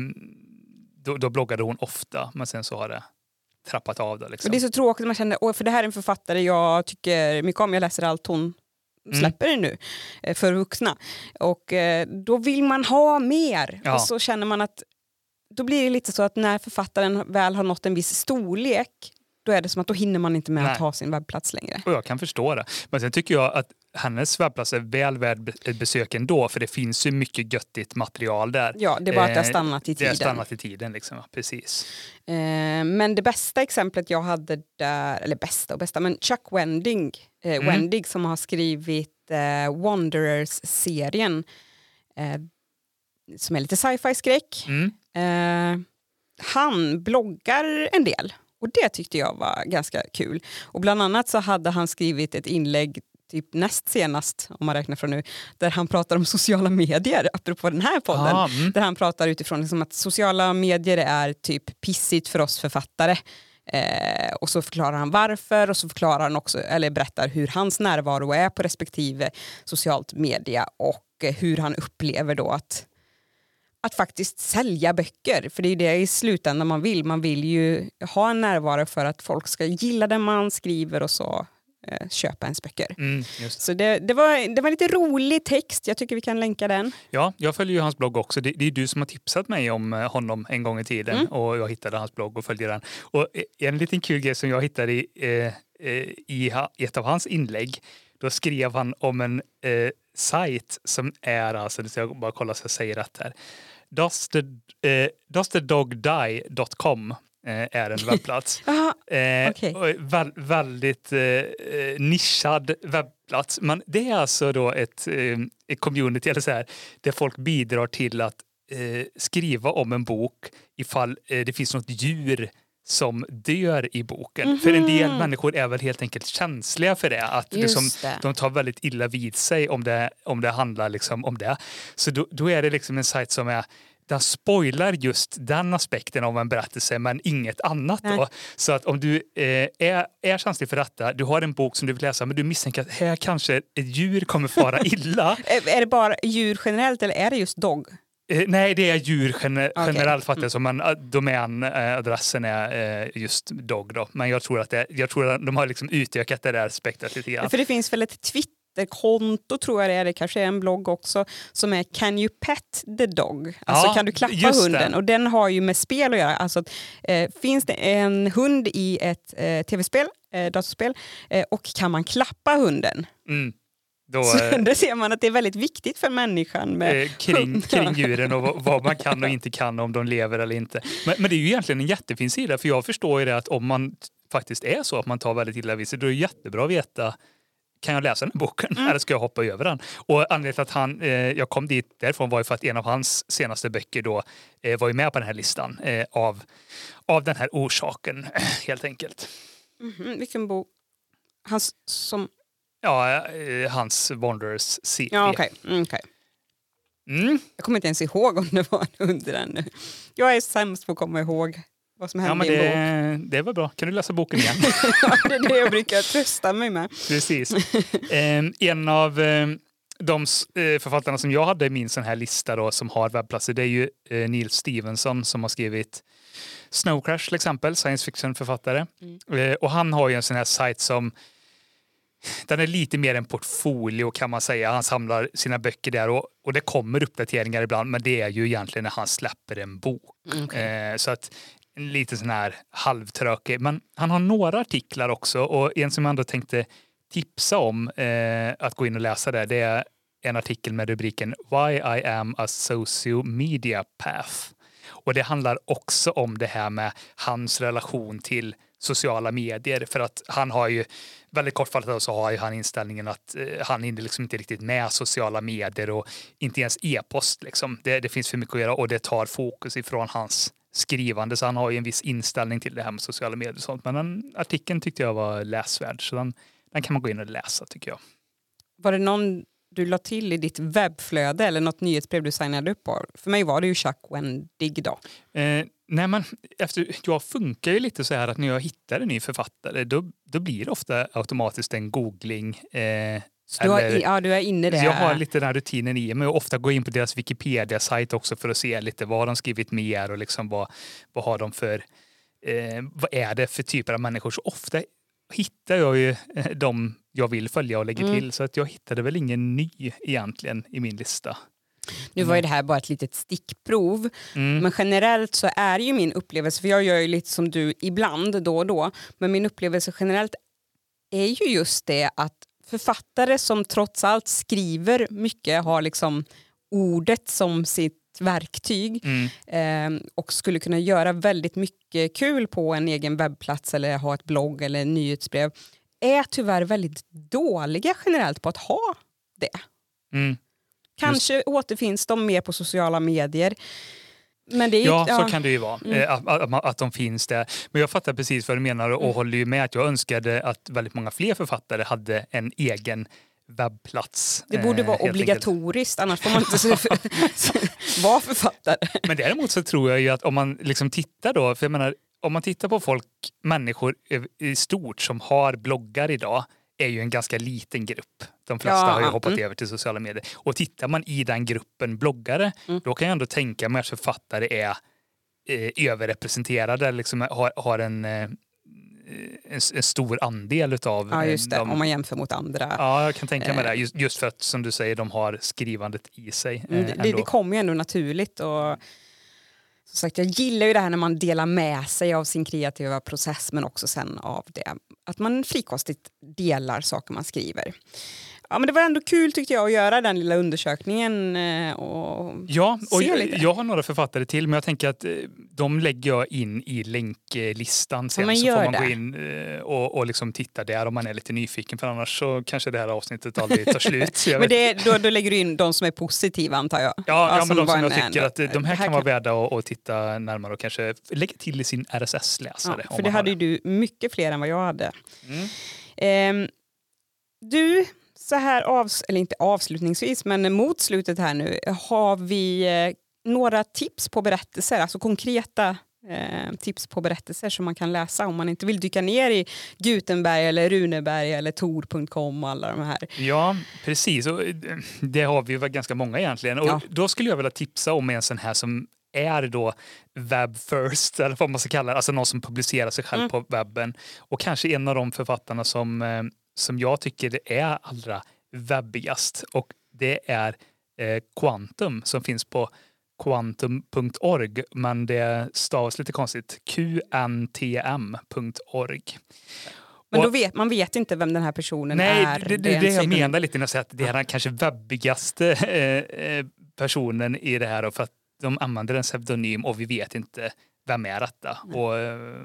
då, då bloggade hon ofta, men sen så har det trappat av det. Liksom. Och det är så tråkigt man känner, för det här är en författare jag tycker mycket om. Jag läser allt hon släpper mm. det nu för vuxna. Och eh, då vill man ha mer. Ja. Och så känner man att då blir det lite så att när författaren väl har nått en viss storlek, då är det som att då hinner man inte med Nej. att ha sin webbplats längre. Och jag kan förstå det. Men sen tycker jag att hennes webbplats är väl värd ett besök ändå, för det finns ju mycket göttigt material där. Ja, det är bara att det har stannat i tiden. Det har stannat i tiden, liksom. Precis. Eh, men det bästa exemplet jag hade där, eller bästa och bästa, men Chuck Wendig, eh, mm. Wendig som har skrivit eh, Wanderers-serien eh, som är lite sci-fi-skräck. Mm. Eh, han bloggar en del. Och det tyckte jag var ganska kul. Och bland annat så hade han skrivit ett inlägg typ näst senast, om man räknar från nu, där han pratar om sociala medier, apropå den här podden. Ah, mm. Där han pratar utifrån liksom att sociala medier är typ pissigt för oss författare. Eh, och så förklarar han varför, och så förklarar han också, eller berättar hur hans närvaro är på respektive socialt media och eh, hur han upplever då att att faktiskt sälja böcker, för det är det i slutändan man vill. Man vill ju ha en närvaro för att folk ska gilla det man skriver och så eh, köpa ens böcker. Mm, just. Så det, det, var, det var lite rolig text. Jag tycker vi kan länka den. Ja, jag följer ju hans blogg också. Det, det är du som har tipsat mig om honom en gång i tiden mm. och jag hittade hans blogg och följde den. Och en liten kul grej som jag hittade i, eh, i ett av hans inlägg, då skrev han om en eh, sajt som är, alltså det ska jag bara kolla så jag säger rätt här. Does the, eh, does the dog die dot com eh, är en webbplats. eh, okay. vä- väldigt eh, nischad webbplats. Men det är alltså då ett, eh, ett community eller så här, där folk bidrar till att eh, skriva om en bok ifall eh, det finns något djur som dör i boken. Mm-hmm. För en del människor är väl helt enkelt känsliga för det. Att liksom, det. De tar väldigt illa vid sig om det, om det handlar liksom om det. Så då, då är det liksom en sajt som är, den spoilar just den aspekten av en berättelse men inget annat då. Så att om du eh, är, är känslig för detta, du har en bok som du vill läsa men du misstänker att här kanske ett djur kommer fara illa. Är det bara djur generellt eller är det just dog? Eh, nej, det är djur gener- okay. generellt fattar som man domänadressen är eh, just dog då. Men jag tror att det, jag tror att de har liksom utökat det där spektrat lite grann. För det finns väl ett Twitterkonto tror jag det är, det kanske är en blogg också som är Can you pet the dog? Alltså ja, kan du klappa hunden? Och den har ju med spel att göra. Alltså eh, finns det en hund i ett eh, tv-spel, eh, datorspel eh, och kan man klappa hunden? Mm. Då, så då ser man att det är väldigt viktigt för människan med eh, kring, kring djuren och vad, vad man kan och inte kan om de lever eller inte. Men, men det är ju egentligen en jättefin sida, för jag förstår ju det att om man faktiskt är så att man tar väldigt illa vid sig, då är det jättebra att veta, kan jag läsa den här boken mm. eller ska jag hoppa över den? Och anledningen till att han, eh, jag kom dit därifrån var ju för att en av hans senaste böcker då eh, var ju med på den här listan eh, av, av den här orsaken helt enkelt. Mm-hmm. Vilken bok? Hans som... Ja, eh, hans Wanderers-serie. Ja, okej. Okay. Mm, okay. Mm. Jag kommer inte ens ihåg om det var under den nu. Jag är sämst på att komma ihåg vad som hände ja, men i det, en bok. Det var bra. Kan du läsa boken igen? Ja, det är det jag brukar trösta mig med. Precis. Eh, en av eh, de eh, författarna som jag hade i min sån här lista då, som har webbplatser, det är ju eh, Neil Stevenson som har skrivit Snow Crash till exempel, science fiction-författare. Mm. Eh, och han har ju en sån här sajt som den är lite mer en portfolio kan man säga. Han samlar sina böcker där och, och det kommer uppdateringar ibland, men det är ju egentligen när han släpper en bok. Okay. Eh, så att en lite sån här halvtrökig. Men han har några artiklar också och en som jag ändå tänkte tipsa om eh, att gå in och läsa där, det är en artikel med rubriken Why I am a Socio-Media Path. Och det handlar också om det här med hans relation till sociala medier. För att han har ju, väldigt kortfattat så har ju han inställningen att eh, han är liksom inte riktigt med sociala medier och inte ens e-post. Liksom. Det, det finns för mycket att göra och det tar fokus ifrån hans skrivande. Så han har ju en viss inställning till det här med sociala medier och sånt. Men den artikeln tyckte jag var läsvärd. Så den, den kan man gå in och läsa tycker jag. Var det någon du la till i ditt webbflöde eller något nyhetsbrev du signade upp på? För mig var det ju Chuck Wendig då. Eh, nej men efter, jag funkar ju lite så här att när jag hittar en ny författare då, då blir det ofta automatiskt en googling. Eh, så du, eller, har, ja, du är inne där. Jag har lite den här rutinen i mig och ofta går in på deras Wikipedia-sajt också för att se lite vad de skrivit mer och liksom vad, vad har de för eh, vad är det för typer av människor. Så ofta hittar jag ju de jag vill följa och lägger mm. till. Så att jag hittade väl ingen ny egentligen i min lista. Nu var ju det här bara ett litet stickprov. Mm. Men generellt så är ju min upplevelse, för jag gör ju lite som du ibland då och då. Men min upplevelse generellt är ju just det att författare som trots allt skriver mycket har liksom ordet som sitt verktyg mm. eh, och skulle kunna göra väldigt mycket kul på en egen webbplats eller ha ett blogg eller en nyhetsbrev är tyvärr väldigt dåliga generellt på att ha det. Mm. Kanske Just. återfinns de mer på sociala medier. Men det är, ja, ja, så kan det ju vara. Mm. Att, att, att de finns där. Men jag fattar precis vad du menar och mm. håller ju med att jag önskade att väldigt många fler författare hade en egen webbplats. Det borde vara eh, obligatoriskt, annars får man inte vara författare. Men däremot så tror jag ju att om man liksom tittar då, för jag menar, om man tittar på folk, människor i stort som har bloggar idag, är ju en ganska liten grupp. De flesta ja, har ju hoppat mm. över till sociala medier. Och tittar man i den gruppen bloggare, mm. då kan jag ändå tänka mig att författare är eh, överrepresenterade, liksom har, har en, eh, en, en stor andel utav... Ja, just det. De, om man jämför mot andra. Ja, jag kan tänka mig det. Just, just för att, som du säger, de har skrivandet i sig. Mm, det, det, det kommer ju ändå naturligt och... Som sagt, jag gillar ju det här när man delar med sig av sin kreativa process men också sen av det. Att man frikostigt delar saker man skriver. Ja, men det var ändå kul tyckte jag att göra den lilla undersökningen och ja, och se jag, lite. Jag har några författare till men jag tänker att de lägger jag in i länklistan sen ja, så får man det. gå in och, och liksom titta där om man är lite nyfiken för annars så kanske det här avsnittet aldrig tar slut. Men det, då, då lägger du in de som är positiva antar jag? Ja, ja, ja men de som jag en, tycker att de här, här kan vara kan... värda att, att titta närmare och kanske lägga till i sin R S S-läsare. Ja, för det hade ju du mycket fler än vad jag hade. Mm. Ehm, du... Så här, avs- eller inte avslutningsvis, men mot slutet här nu har vi eh, några tips på berättelser, alltså konkreta eh, tips på berättelser som man kan läsa om man inte vill dyka ner i Gutenberg eller Runeberg eller tor punkt com och alla de här. Ja, precis. Och det har vi ju ganska många egentligen. Och ja. Då skulle jag vilja tipsa om en sån här som är då web first, eller vad man ska kalla det, alltså någon som publicerar sig själv mm. på webben. Och kanske en av de författarna som eh, som jag tycker är allra webbigast och det är eh, Quantum som finns på quantum punkt org men det stavas lite konstigt q n t m punkt org. Men då vet, man vet inte vem den här personen nej, är. Nej, det, det, det jag menar lite när jag säger att det är den kanske webbigaste eh, personen i det här och för att de använder en pseudonym och vi vet inte vem är detta. Mm. Och eh,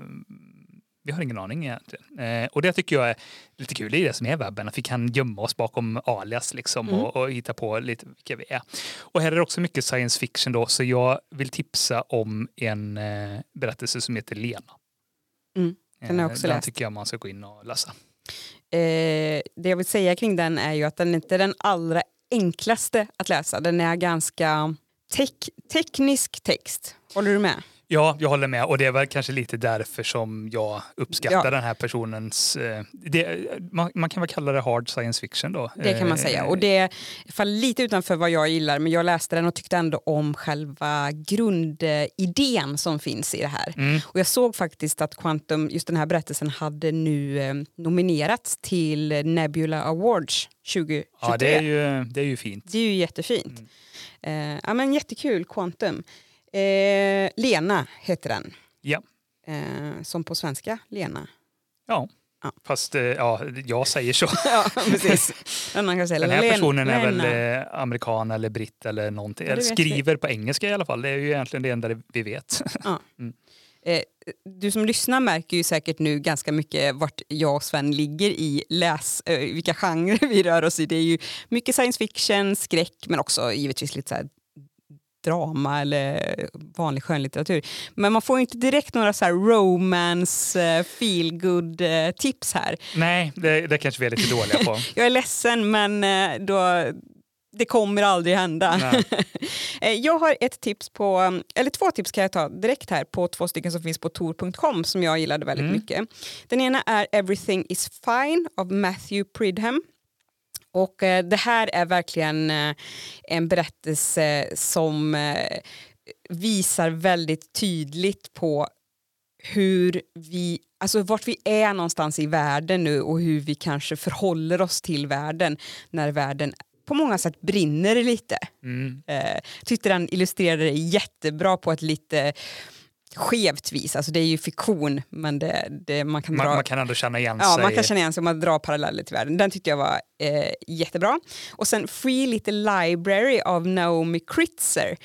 vi har ingen aning egentligen. Eh, och det tycker jag är lite kul i det som är webben. Att vi kan gömma oss bakom alias liksom, mm. och, och hitta på lite vilka vi är. Och här är det också mycket science fiction då. Så jag vill tipsa om en eh, berättelse som heter Lena. Mm. Den, är också eh, den läst. tycker jag man ska gå in och läsa. eh, det jag vill säga kring den är ju att den inte är den allra enklaste att läsa. Den är ganska tek- teknisk text. Håller du med? Ja, jag håller med. Och det är väl kanske lite därför som jag uppskattar Ja. den här personens... Eh, det, man, man kan väl kalla det hard science fiction då. Det kan man säga. Och det faller lite utanför vad jag gillar, men jag läste den och tyckte ändå om själva grundidén som finns i det här. Mm. Och jag såg faktiskt att Quantum, just den här berättelsen, hade nu eh, nominerats till Nebula Awards tjugo tjugotre. Ja, det är ju, det är ju fint. Det är ju jättefint. Mm. Eh, ja, men jättekul, Quantum. Eh, Lena heter den. Ja. Eh, som på svenska, Lena. Ja. Ja. Fast ja, jag säger så. Ja, precis. Man kan säga Den här Len- personen är Lena. väl eh, amerikan eller britt eller någonting. Ja, det Eller vet skriver på engelska i alla fall. Det är ju egentligen det enda vi vet. Ja. Mm. Eh, du som lyssnar märker ju säkert nu ganska mycket vart jag och Sven ligger i läs, eh, vilka genrer vi rör oss i. Det är ju mycket science fiction, skräck, men också givetvis lite så här drama eller vanlig skönlitteratur. Men man får ju inte direkt några så här romance, feel good tips här. Nej, det, det kanske vi är lite dåliga på. Jag är ledsen, men då, det kommer aldrig hända. Jag har ett tips på, eller två tips kan jag ta direkt här på två stycken som finns på tor punkt com som jag gillade väldigt Mm. mycket. Den ena är Everything is Fine av Matthew Pridham. Och eh, det här är verkligen eh, en berättelse som eh, visar väldigt tydligt på hur vi, alltså vart vi är någonstans i världen nu och hur vi kanske förhåller oss till världen när världen på många sätt brinner lite. Mm. Eh, tyckte den illustrerade det jättebra på ett lite skevt vis. Alltså det är ju fiktion, men det, det man kan Man, dra... man kan ändå känna igen Ja, sig. man kan känna igen sig om man drar paralleller till världen. Den tyckte jag var eh, jättebra. Och sen Free Little Library av Naomi Kritzer.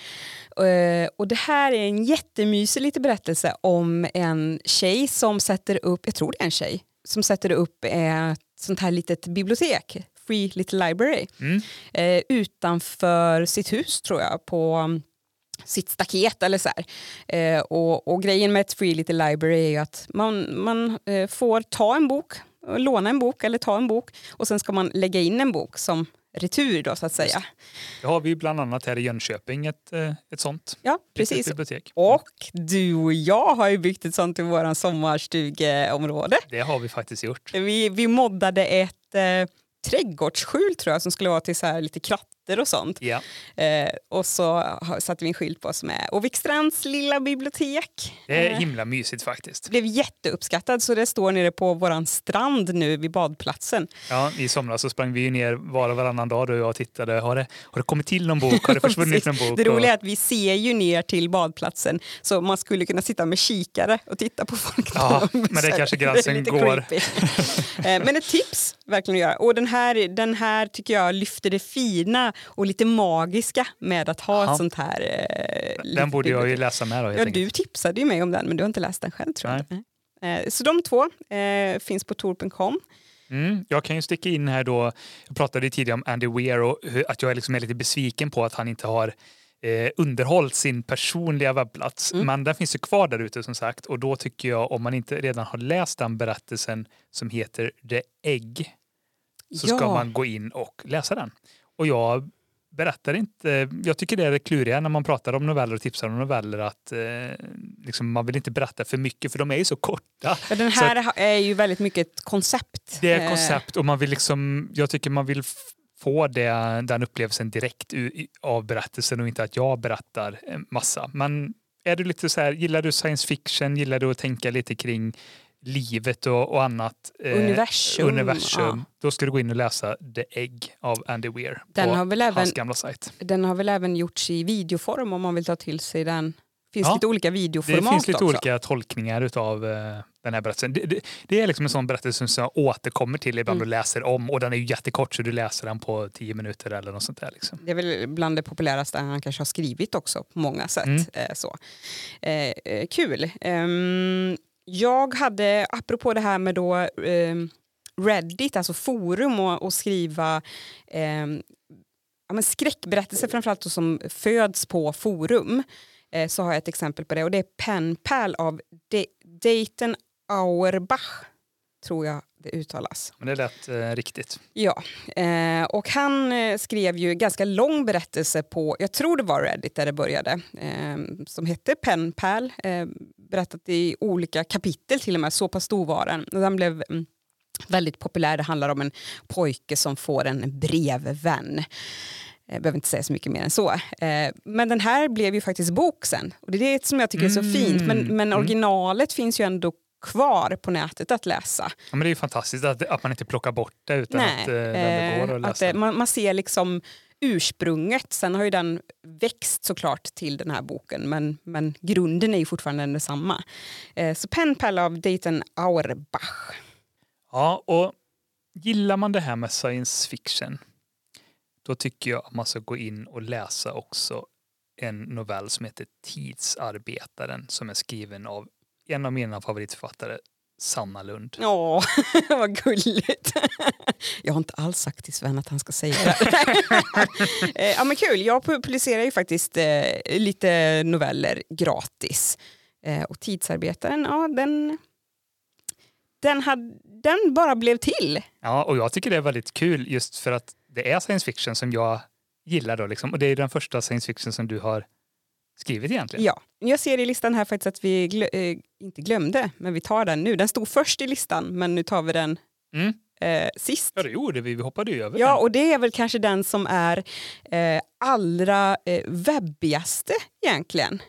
Uh, och det här är en jättemysig liten berättelse om en tjej som sätter upp, jag tror det är en tjej, som sätter upp ett sånt här litet bibliotek, Free Little Library, Mm. uh, utanför sitt hus tror jag, på um, sitt staket eller så här. Uh, och, och grejen med ett Free Little Library är ju att man, man uh, får ta en bok, låna en bok eller ta en bok och sen ska man lägga in en bok som retur då så att säga. Det har vi bland annat här i Jönköping ett, ett sånt. Ja, precis. Bibliotek. Och du och jag har ju byggt ett sånt i våran sommarstugeområde. Det har vi faktiskt gjort. Vi, vi moddade ett eh, trädgårdsskjul tror jag som skulle vara till så här lite kratter och sånt. Ja. Eh, och så har, satte vi en skylt på som är Ovikstrands lilla bibliotek. Det är Eh, himla mysigt faktiskt. det blev jätteuppskattat så det står nere på våran strand nu vid badplatsen. Ja, i somras så sprang vi ju ner var och varannan dag då jag tittade. Har det, har det kommit till någon bok? Har det försvunnit någon bok? Det roliga är att vi ser ju ner till badplatsen så man skulle kunna sitta med kikare och titta på folk. Ja, men det kanske gränsen lite går. creepy. Eh, men ett tips verkligen att göra. Och den här, den här tycker jag lyfter det fina och lite magiska med att ha Ja. ett sånt här eh, litet Den borde jag ju bibliotek. läsa med då helt Ja, enkelt. du tipsade ju mig om den men du har inte läst den själv tror jag. Nej. Eh, så de två eh, finns på tor punkt com. Mm, jag kan ju sticka in här då, jag pratade tidigare om Andy Weir och hur, att jag liksom är lite besviken på att han inte har eh, underhållit sin personliga webbplats. Mm. Men den finns ju kvar där ute som sagt och då tycker jag om man inte redan har läst den berättelsen som heter The Egg så ska Ja. man gå in och läsa den. Och jag berättar inte, jag tycker det är det kluriga när man pratar om noveller och tipsar om noveller att eh, liksom, man vill inte berätta för mycket för de är ju så korta. Ja, den Så här ha- är ju väldigt mycket ett koncept. det är Eh, ett koncept och man vill liksom, jag tycker man vill f- få det, den upplevelsen direkt u- i- av berättelsen och inte att jag berättar en massa. Men är du lite så här, gillar du science fiction, gillar du att tänka lite kring livet och, och annat eh, Universum, universum ja. då ska du gå in och läsa The Egg av Andy Weir Den på har väl hans även- gamla sajt. Den har väl även gjorts i videoform om man vill ta till sig den. Det finns Ja, lite olika Det videoformat finns lite också. olika tolkningar utav eh, den här berättelsen. Det, det, det är liksom en sån berättelse som jag återkommer till ibland Mm. och läser om. Och den är ju jättekort så du läser den på tio minuter eller något sånt där. Liksom. Det är väl bland det populäraste han kanske har skrivit också på många sätt. Mm. Eh, så. Eh, eh, kul. Ehm, jag hade, apropå det här med då ehm, Reddit, alltså forum och, och skriva ehm, ja, men skräckberättelser framförallt då som föds på forum. Eh, så har jag ett exempel på det och det är Penpal av De- Dayton Auerbach tror jag det uttalas. Men det lät eh, riktigt. Ja, eh, och han eh, skrev ju ganska lång berättelse på, jag tror det var Reddit där det började, eh, som hette Pen Pal, eh, berättat i olika kapitel till och med, så pass stor var den. Och den blev mm, väldigt populär. Det handlar om en pojke som får en brevvän. Jag behöver inte säga så mycket mer än så. Eh, men den här blev ju faktiskt bok sen. Och det är det som jag tycker är så Mm. fint. Men, men Mm. originalet finns ju ändå kvar på nätet att läsa. Ja, men det är ju fantastiskt att, att man inte plockar bort det utan Nej, att eh, den går att att, läsa. eh, man, man ser liksom ursprunget. Sen har ju den växt såklart till den här boken. Men, men grunden är ju fortfarande densamma. Eh, så Pen Pal av Dayton Auerbach. Ja, och gillar man det här med science fiction, då tycker jag att man ska gå in och läsa också en novell som heter Tidsarbetaren, som är skriven av en av mina favoritförfattare, Sanna Lund. Åh, vad gulligt. Jag har inte alls sagt till Sven att han ska säga det. Ja, men kul. Jag publicerar ju faktiskt eh, lite noveller gratis. Eh, och Tidsarbetaren, ja, den, den, hade, den bara blev till. Ja, och jag tycker det är väldigt kul just för att det är science fiction som jag gillar då liksom. Och det är den första science fiction som du har skrivit egentligen. Ja, jag ser i listan här faktiskt att vi glö- äh, inte glömde, men vi tar den nu. Den stod först i listan, men nu tar vi den Mm. äh, sist. Ja, det gjorde vi. Vi hoppade ju över Ja, den. och det är väl kanske den som är äh, allra äh, webbigaste egentligen.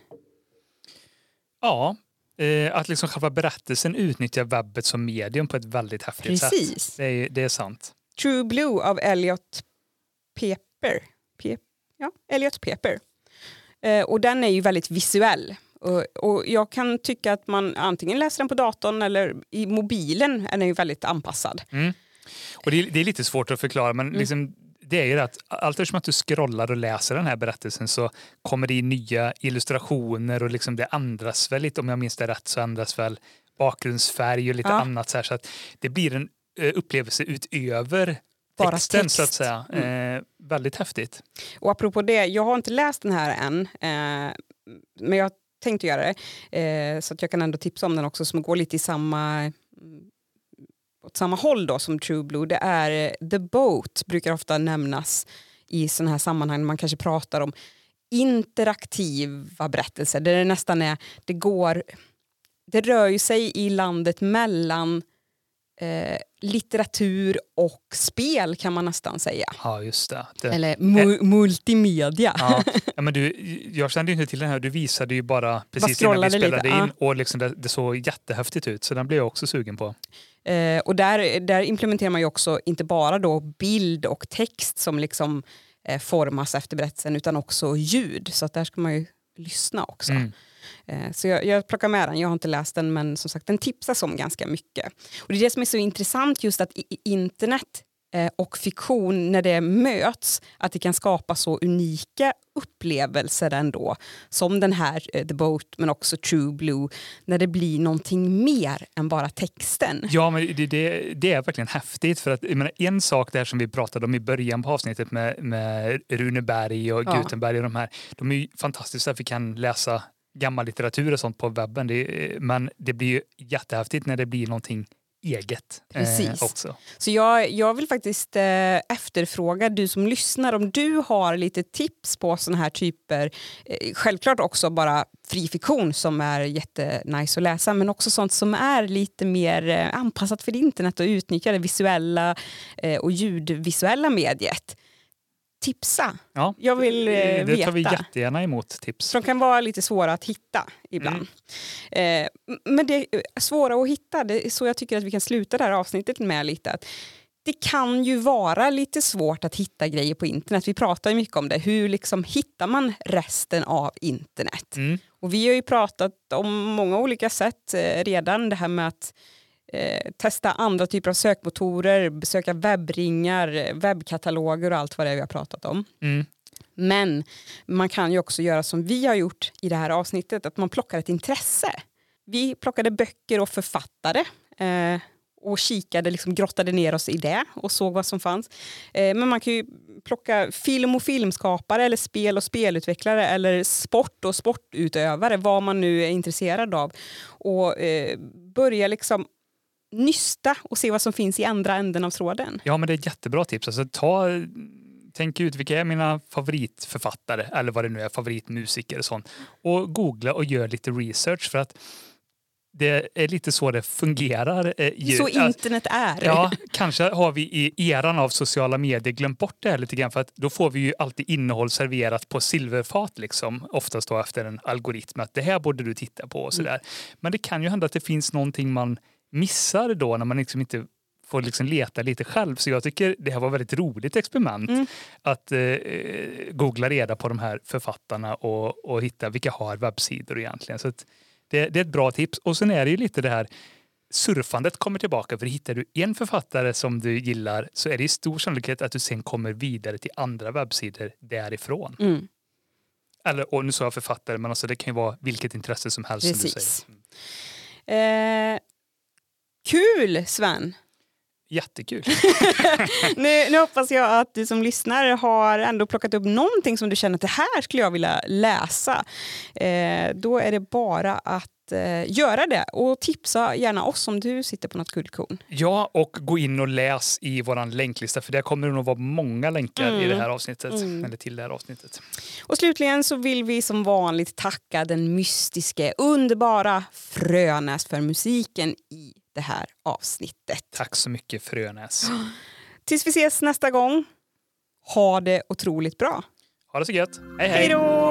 Ja, eh, att liksom själva berättelsen utnyttjar webbet som medium på ett väldigt häftigt Precis. sätt. Det är, det är sant. True Blue av Elliot Pepper. Pe- ja, Elliot Pepper. Eh, och den är ju väldigt visuell. Och, och jag kan tycka att man antingen läser den på datorn eller i mobilen är den ju väldigt anpassad. Mm. Och det är, det är lite svårt att förklara, men Mm. liksom, det är ju att allt eftersom att du scrollar och läser den här berättelsen så kommer det in nya illustrationer och liksom det ändras väl lite, om jag minns det rätt så ändras väl bakgrundsfärg och lite Ja. annat så här, så att det blir en eh, upplevelse utöver Bara texten text. så att säga. Mm. Eh, väldigt häftigt. Och apropå det, jag har inte läst den här än, eh, men jag tänkte göra det. Eh, så att jag kan ändå tipsa om den också, som går lite i samma, mm, åt samma håll då som True Blue. Det är eh, The Boat, brukar ofta nämnas i sådana här sammanhang. Man kanske pratar om interaktiva berättelser. Där det nästan är, det går, det rör ju sig i landet mellan eh, litteratur och spel, kan man nästan säga. Ja, just det. det. Eller mu- multimedia. Ja, ja, men du, jag kände inte till den här. Du visade ju bara precis innan vi scrollade spelade lite, in och liksom det, det såg jättehäftigt ut. Så den blev jag också sugen på. Eh, och där, där implementerar man ju också inte bara då bild och text som liksom eh, formas efter berättelsen, utan också ljud. Så att där ska man ju lyssna också. Mm. Eh, så jag, jag plockar med den. Jag har inte läst den, men som sagt, den tipsas om ganska mycket. Och det är det som är så intressant, just att i, i internet eh, och fiktion, när det möts, att det kan skapa så unika upplevelser ändå, som den här eh, The Boat, men också True Blue, när det blir någonting mer än bara texten. Ja, men det, det, det är verkligen häftigt. För att, jag menar, en sak där som vi pratade om i början på avsnittet med, med Runeberg och Ja. Gutenberg och de här, de är ju fantastiska att vi kan läsa gammal litteratur och sånt på webben. Det, men det blir ju jättehäftigt när det blir någonting eget Precis. eh, också. Så jag, jag vill faktiskt eh, efterfråga, du som lyssnar, om du har lite tips på såna här typer, eh, självklart också bara fri fiktion som är jättenice att läsa, men också sånt som är lite mer eh, anpassat för internet och utnyttjar det visuella eh, och ljudvisuella mediet. Tipsa. Ja, Jag vill eh, det veta. tar vi jättegärna emot tips. Så de kan vara lite svåra att hitta ibland. Eh, men det är svåra att hitta, det är så jag tycker att vi kan sluta det här avsnittet med lite. Att det kan ju vara lite svårt att hitta grejer på internet. Vi pratar ju mycket om det. Hur liksom hittar man resten av internet? Mm. Och vi har ju pratat om många olika sätt eh, redan. Det här med att eh, testa andra typer av sökmotorer, besöka webbringar, webbkataloger och allt vad det är vi har pratat om. Mm. Men man kan ju också göra som vi har gjort i det här avsnittet, att man plockar ett intresse. Vi plockade böcker och författare eh, och kikade, liksom grottade ner oss i det och såg vad som fanns. Eh, men man kan ju plocka film och filmskapare eller spel och spelutvecklare eller sport och sportutövare, vad man nu är intresserad av. Och eh, börja liksom nysta och se vad som finns i andra änden av tråden. Ja, men det är ett jättebra tips. Alltså, ta, tänk ut vilka är mina favoritförfattare eller vad det nu är, favoritmusiker och sånt. Och googla och gör lite research för att det är lite så det fungerar. Så internet är. Ja, kanske har vi i eran av sociala medier glömt bort det här lite grann för att då får vi ju alltid innehåll serverat på silverfat liksom, oftast då efter en algoritm att det här borde du titta på och sådär. Mm. Men det kan ju hända att det finns någonting man missar då när man liksom inte får liksom leta lite själv. Så jag tycker det här var ett väldigt roligt experiment mm. att eh, googla reda på de här författarna och, och hitta vilka har webbsidor egentligen. Så att det, det är ett bra tips. Och sen är det ju lite det här surfandet kommer tillbaka. För hittar du en författare som du gillar så är det i stor sannolikhet att du sen kommer vidare till andra webbsidor därifrån. Mm. Eller, och nu sa jag författare, men alltså det kan ju vara vilket intresse som helst. Som du säger. Mm. Eh, kul, Sven! Jättekul. nu, nu hoppas jag att du som lyssnar har ändå plockat upp någonting som du känner att det här skulle jag vilja läsa. Eh, då är det bara att eh, göra det och tipsa gärna oss om du sitter på något guldkorn. Ja, och gå in och läs i våran länklista för det kommer det nog vara många länkar mm. i det här avsnittet mm. eller till det här avsnittet. Och slutligen så vill vi som vanligt tacka den mystiske, underbara Frönäs för musiken i det här avsnittet. Tack så mycket, Frönäs. Tills vi ses nästa gång. Ha det otroligt bra. Ha det så gött. Hej hej. Hej då!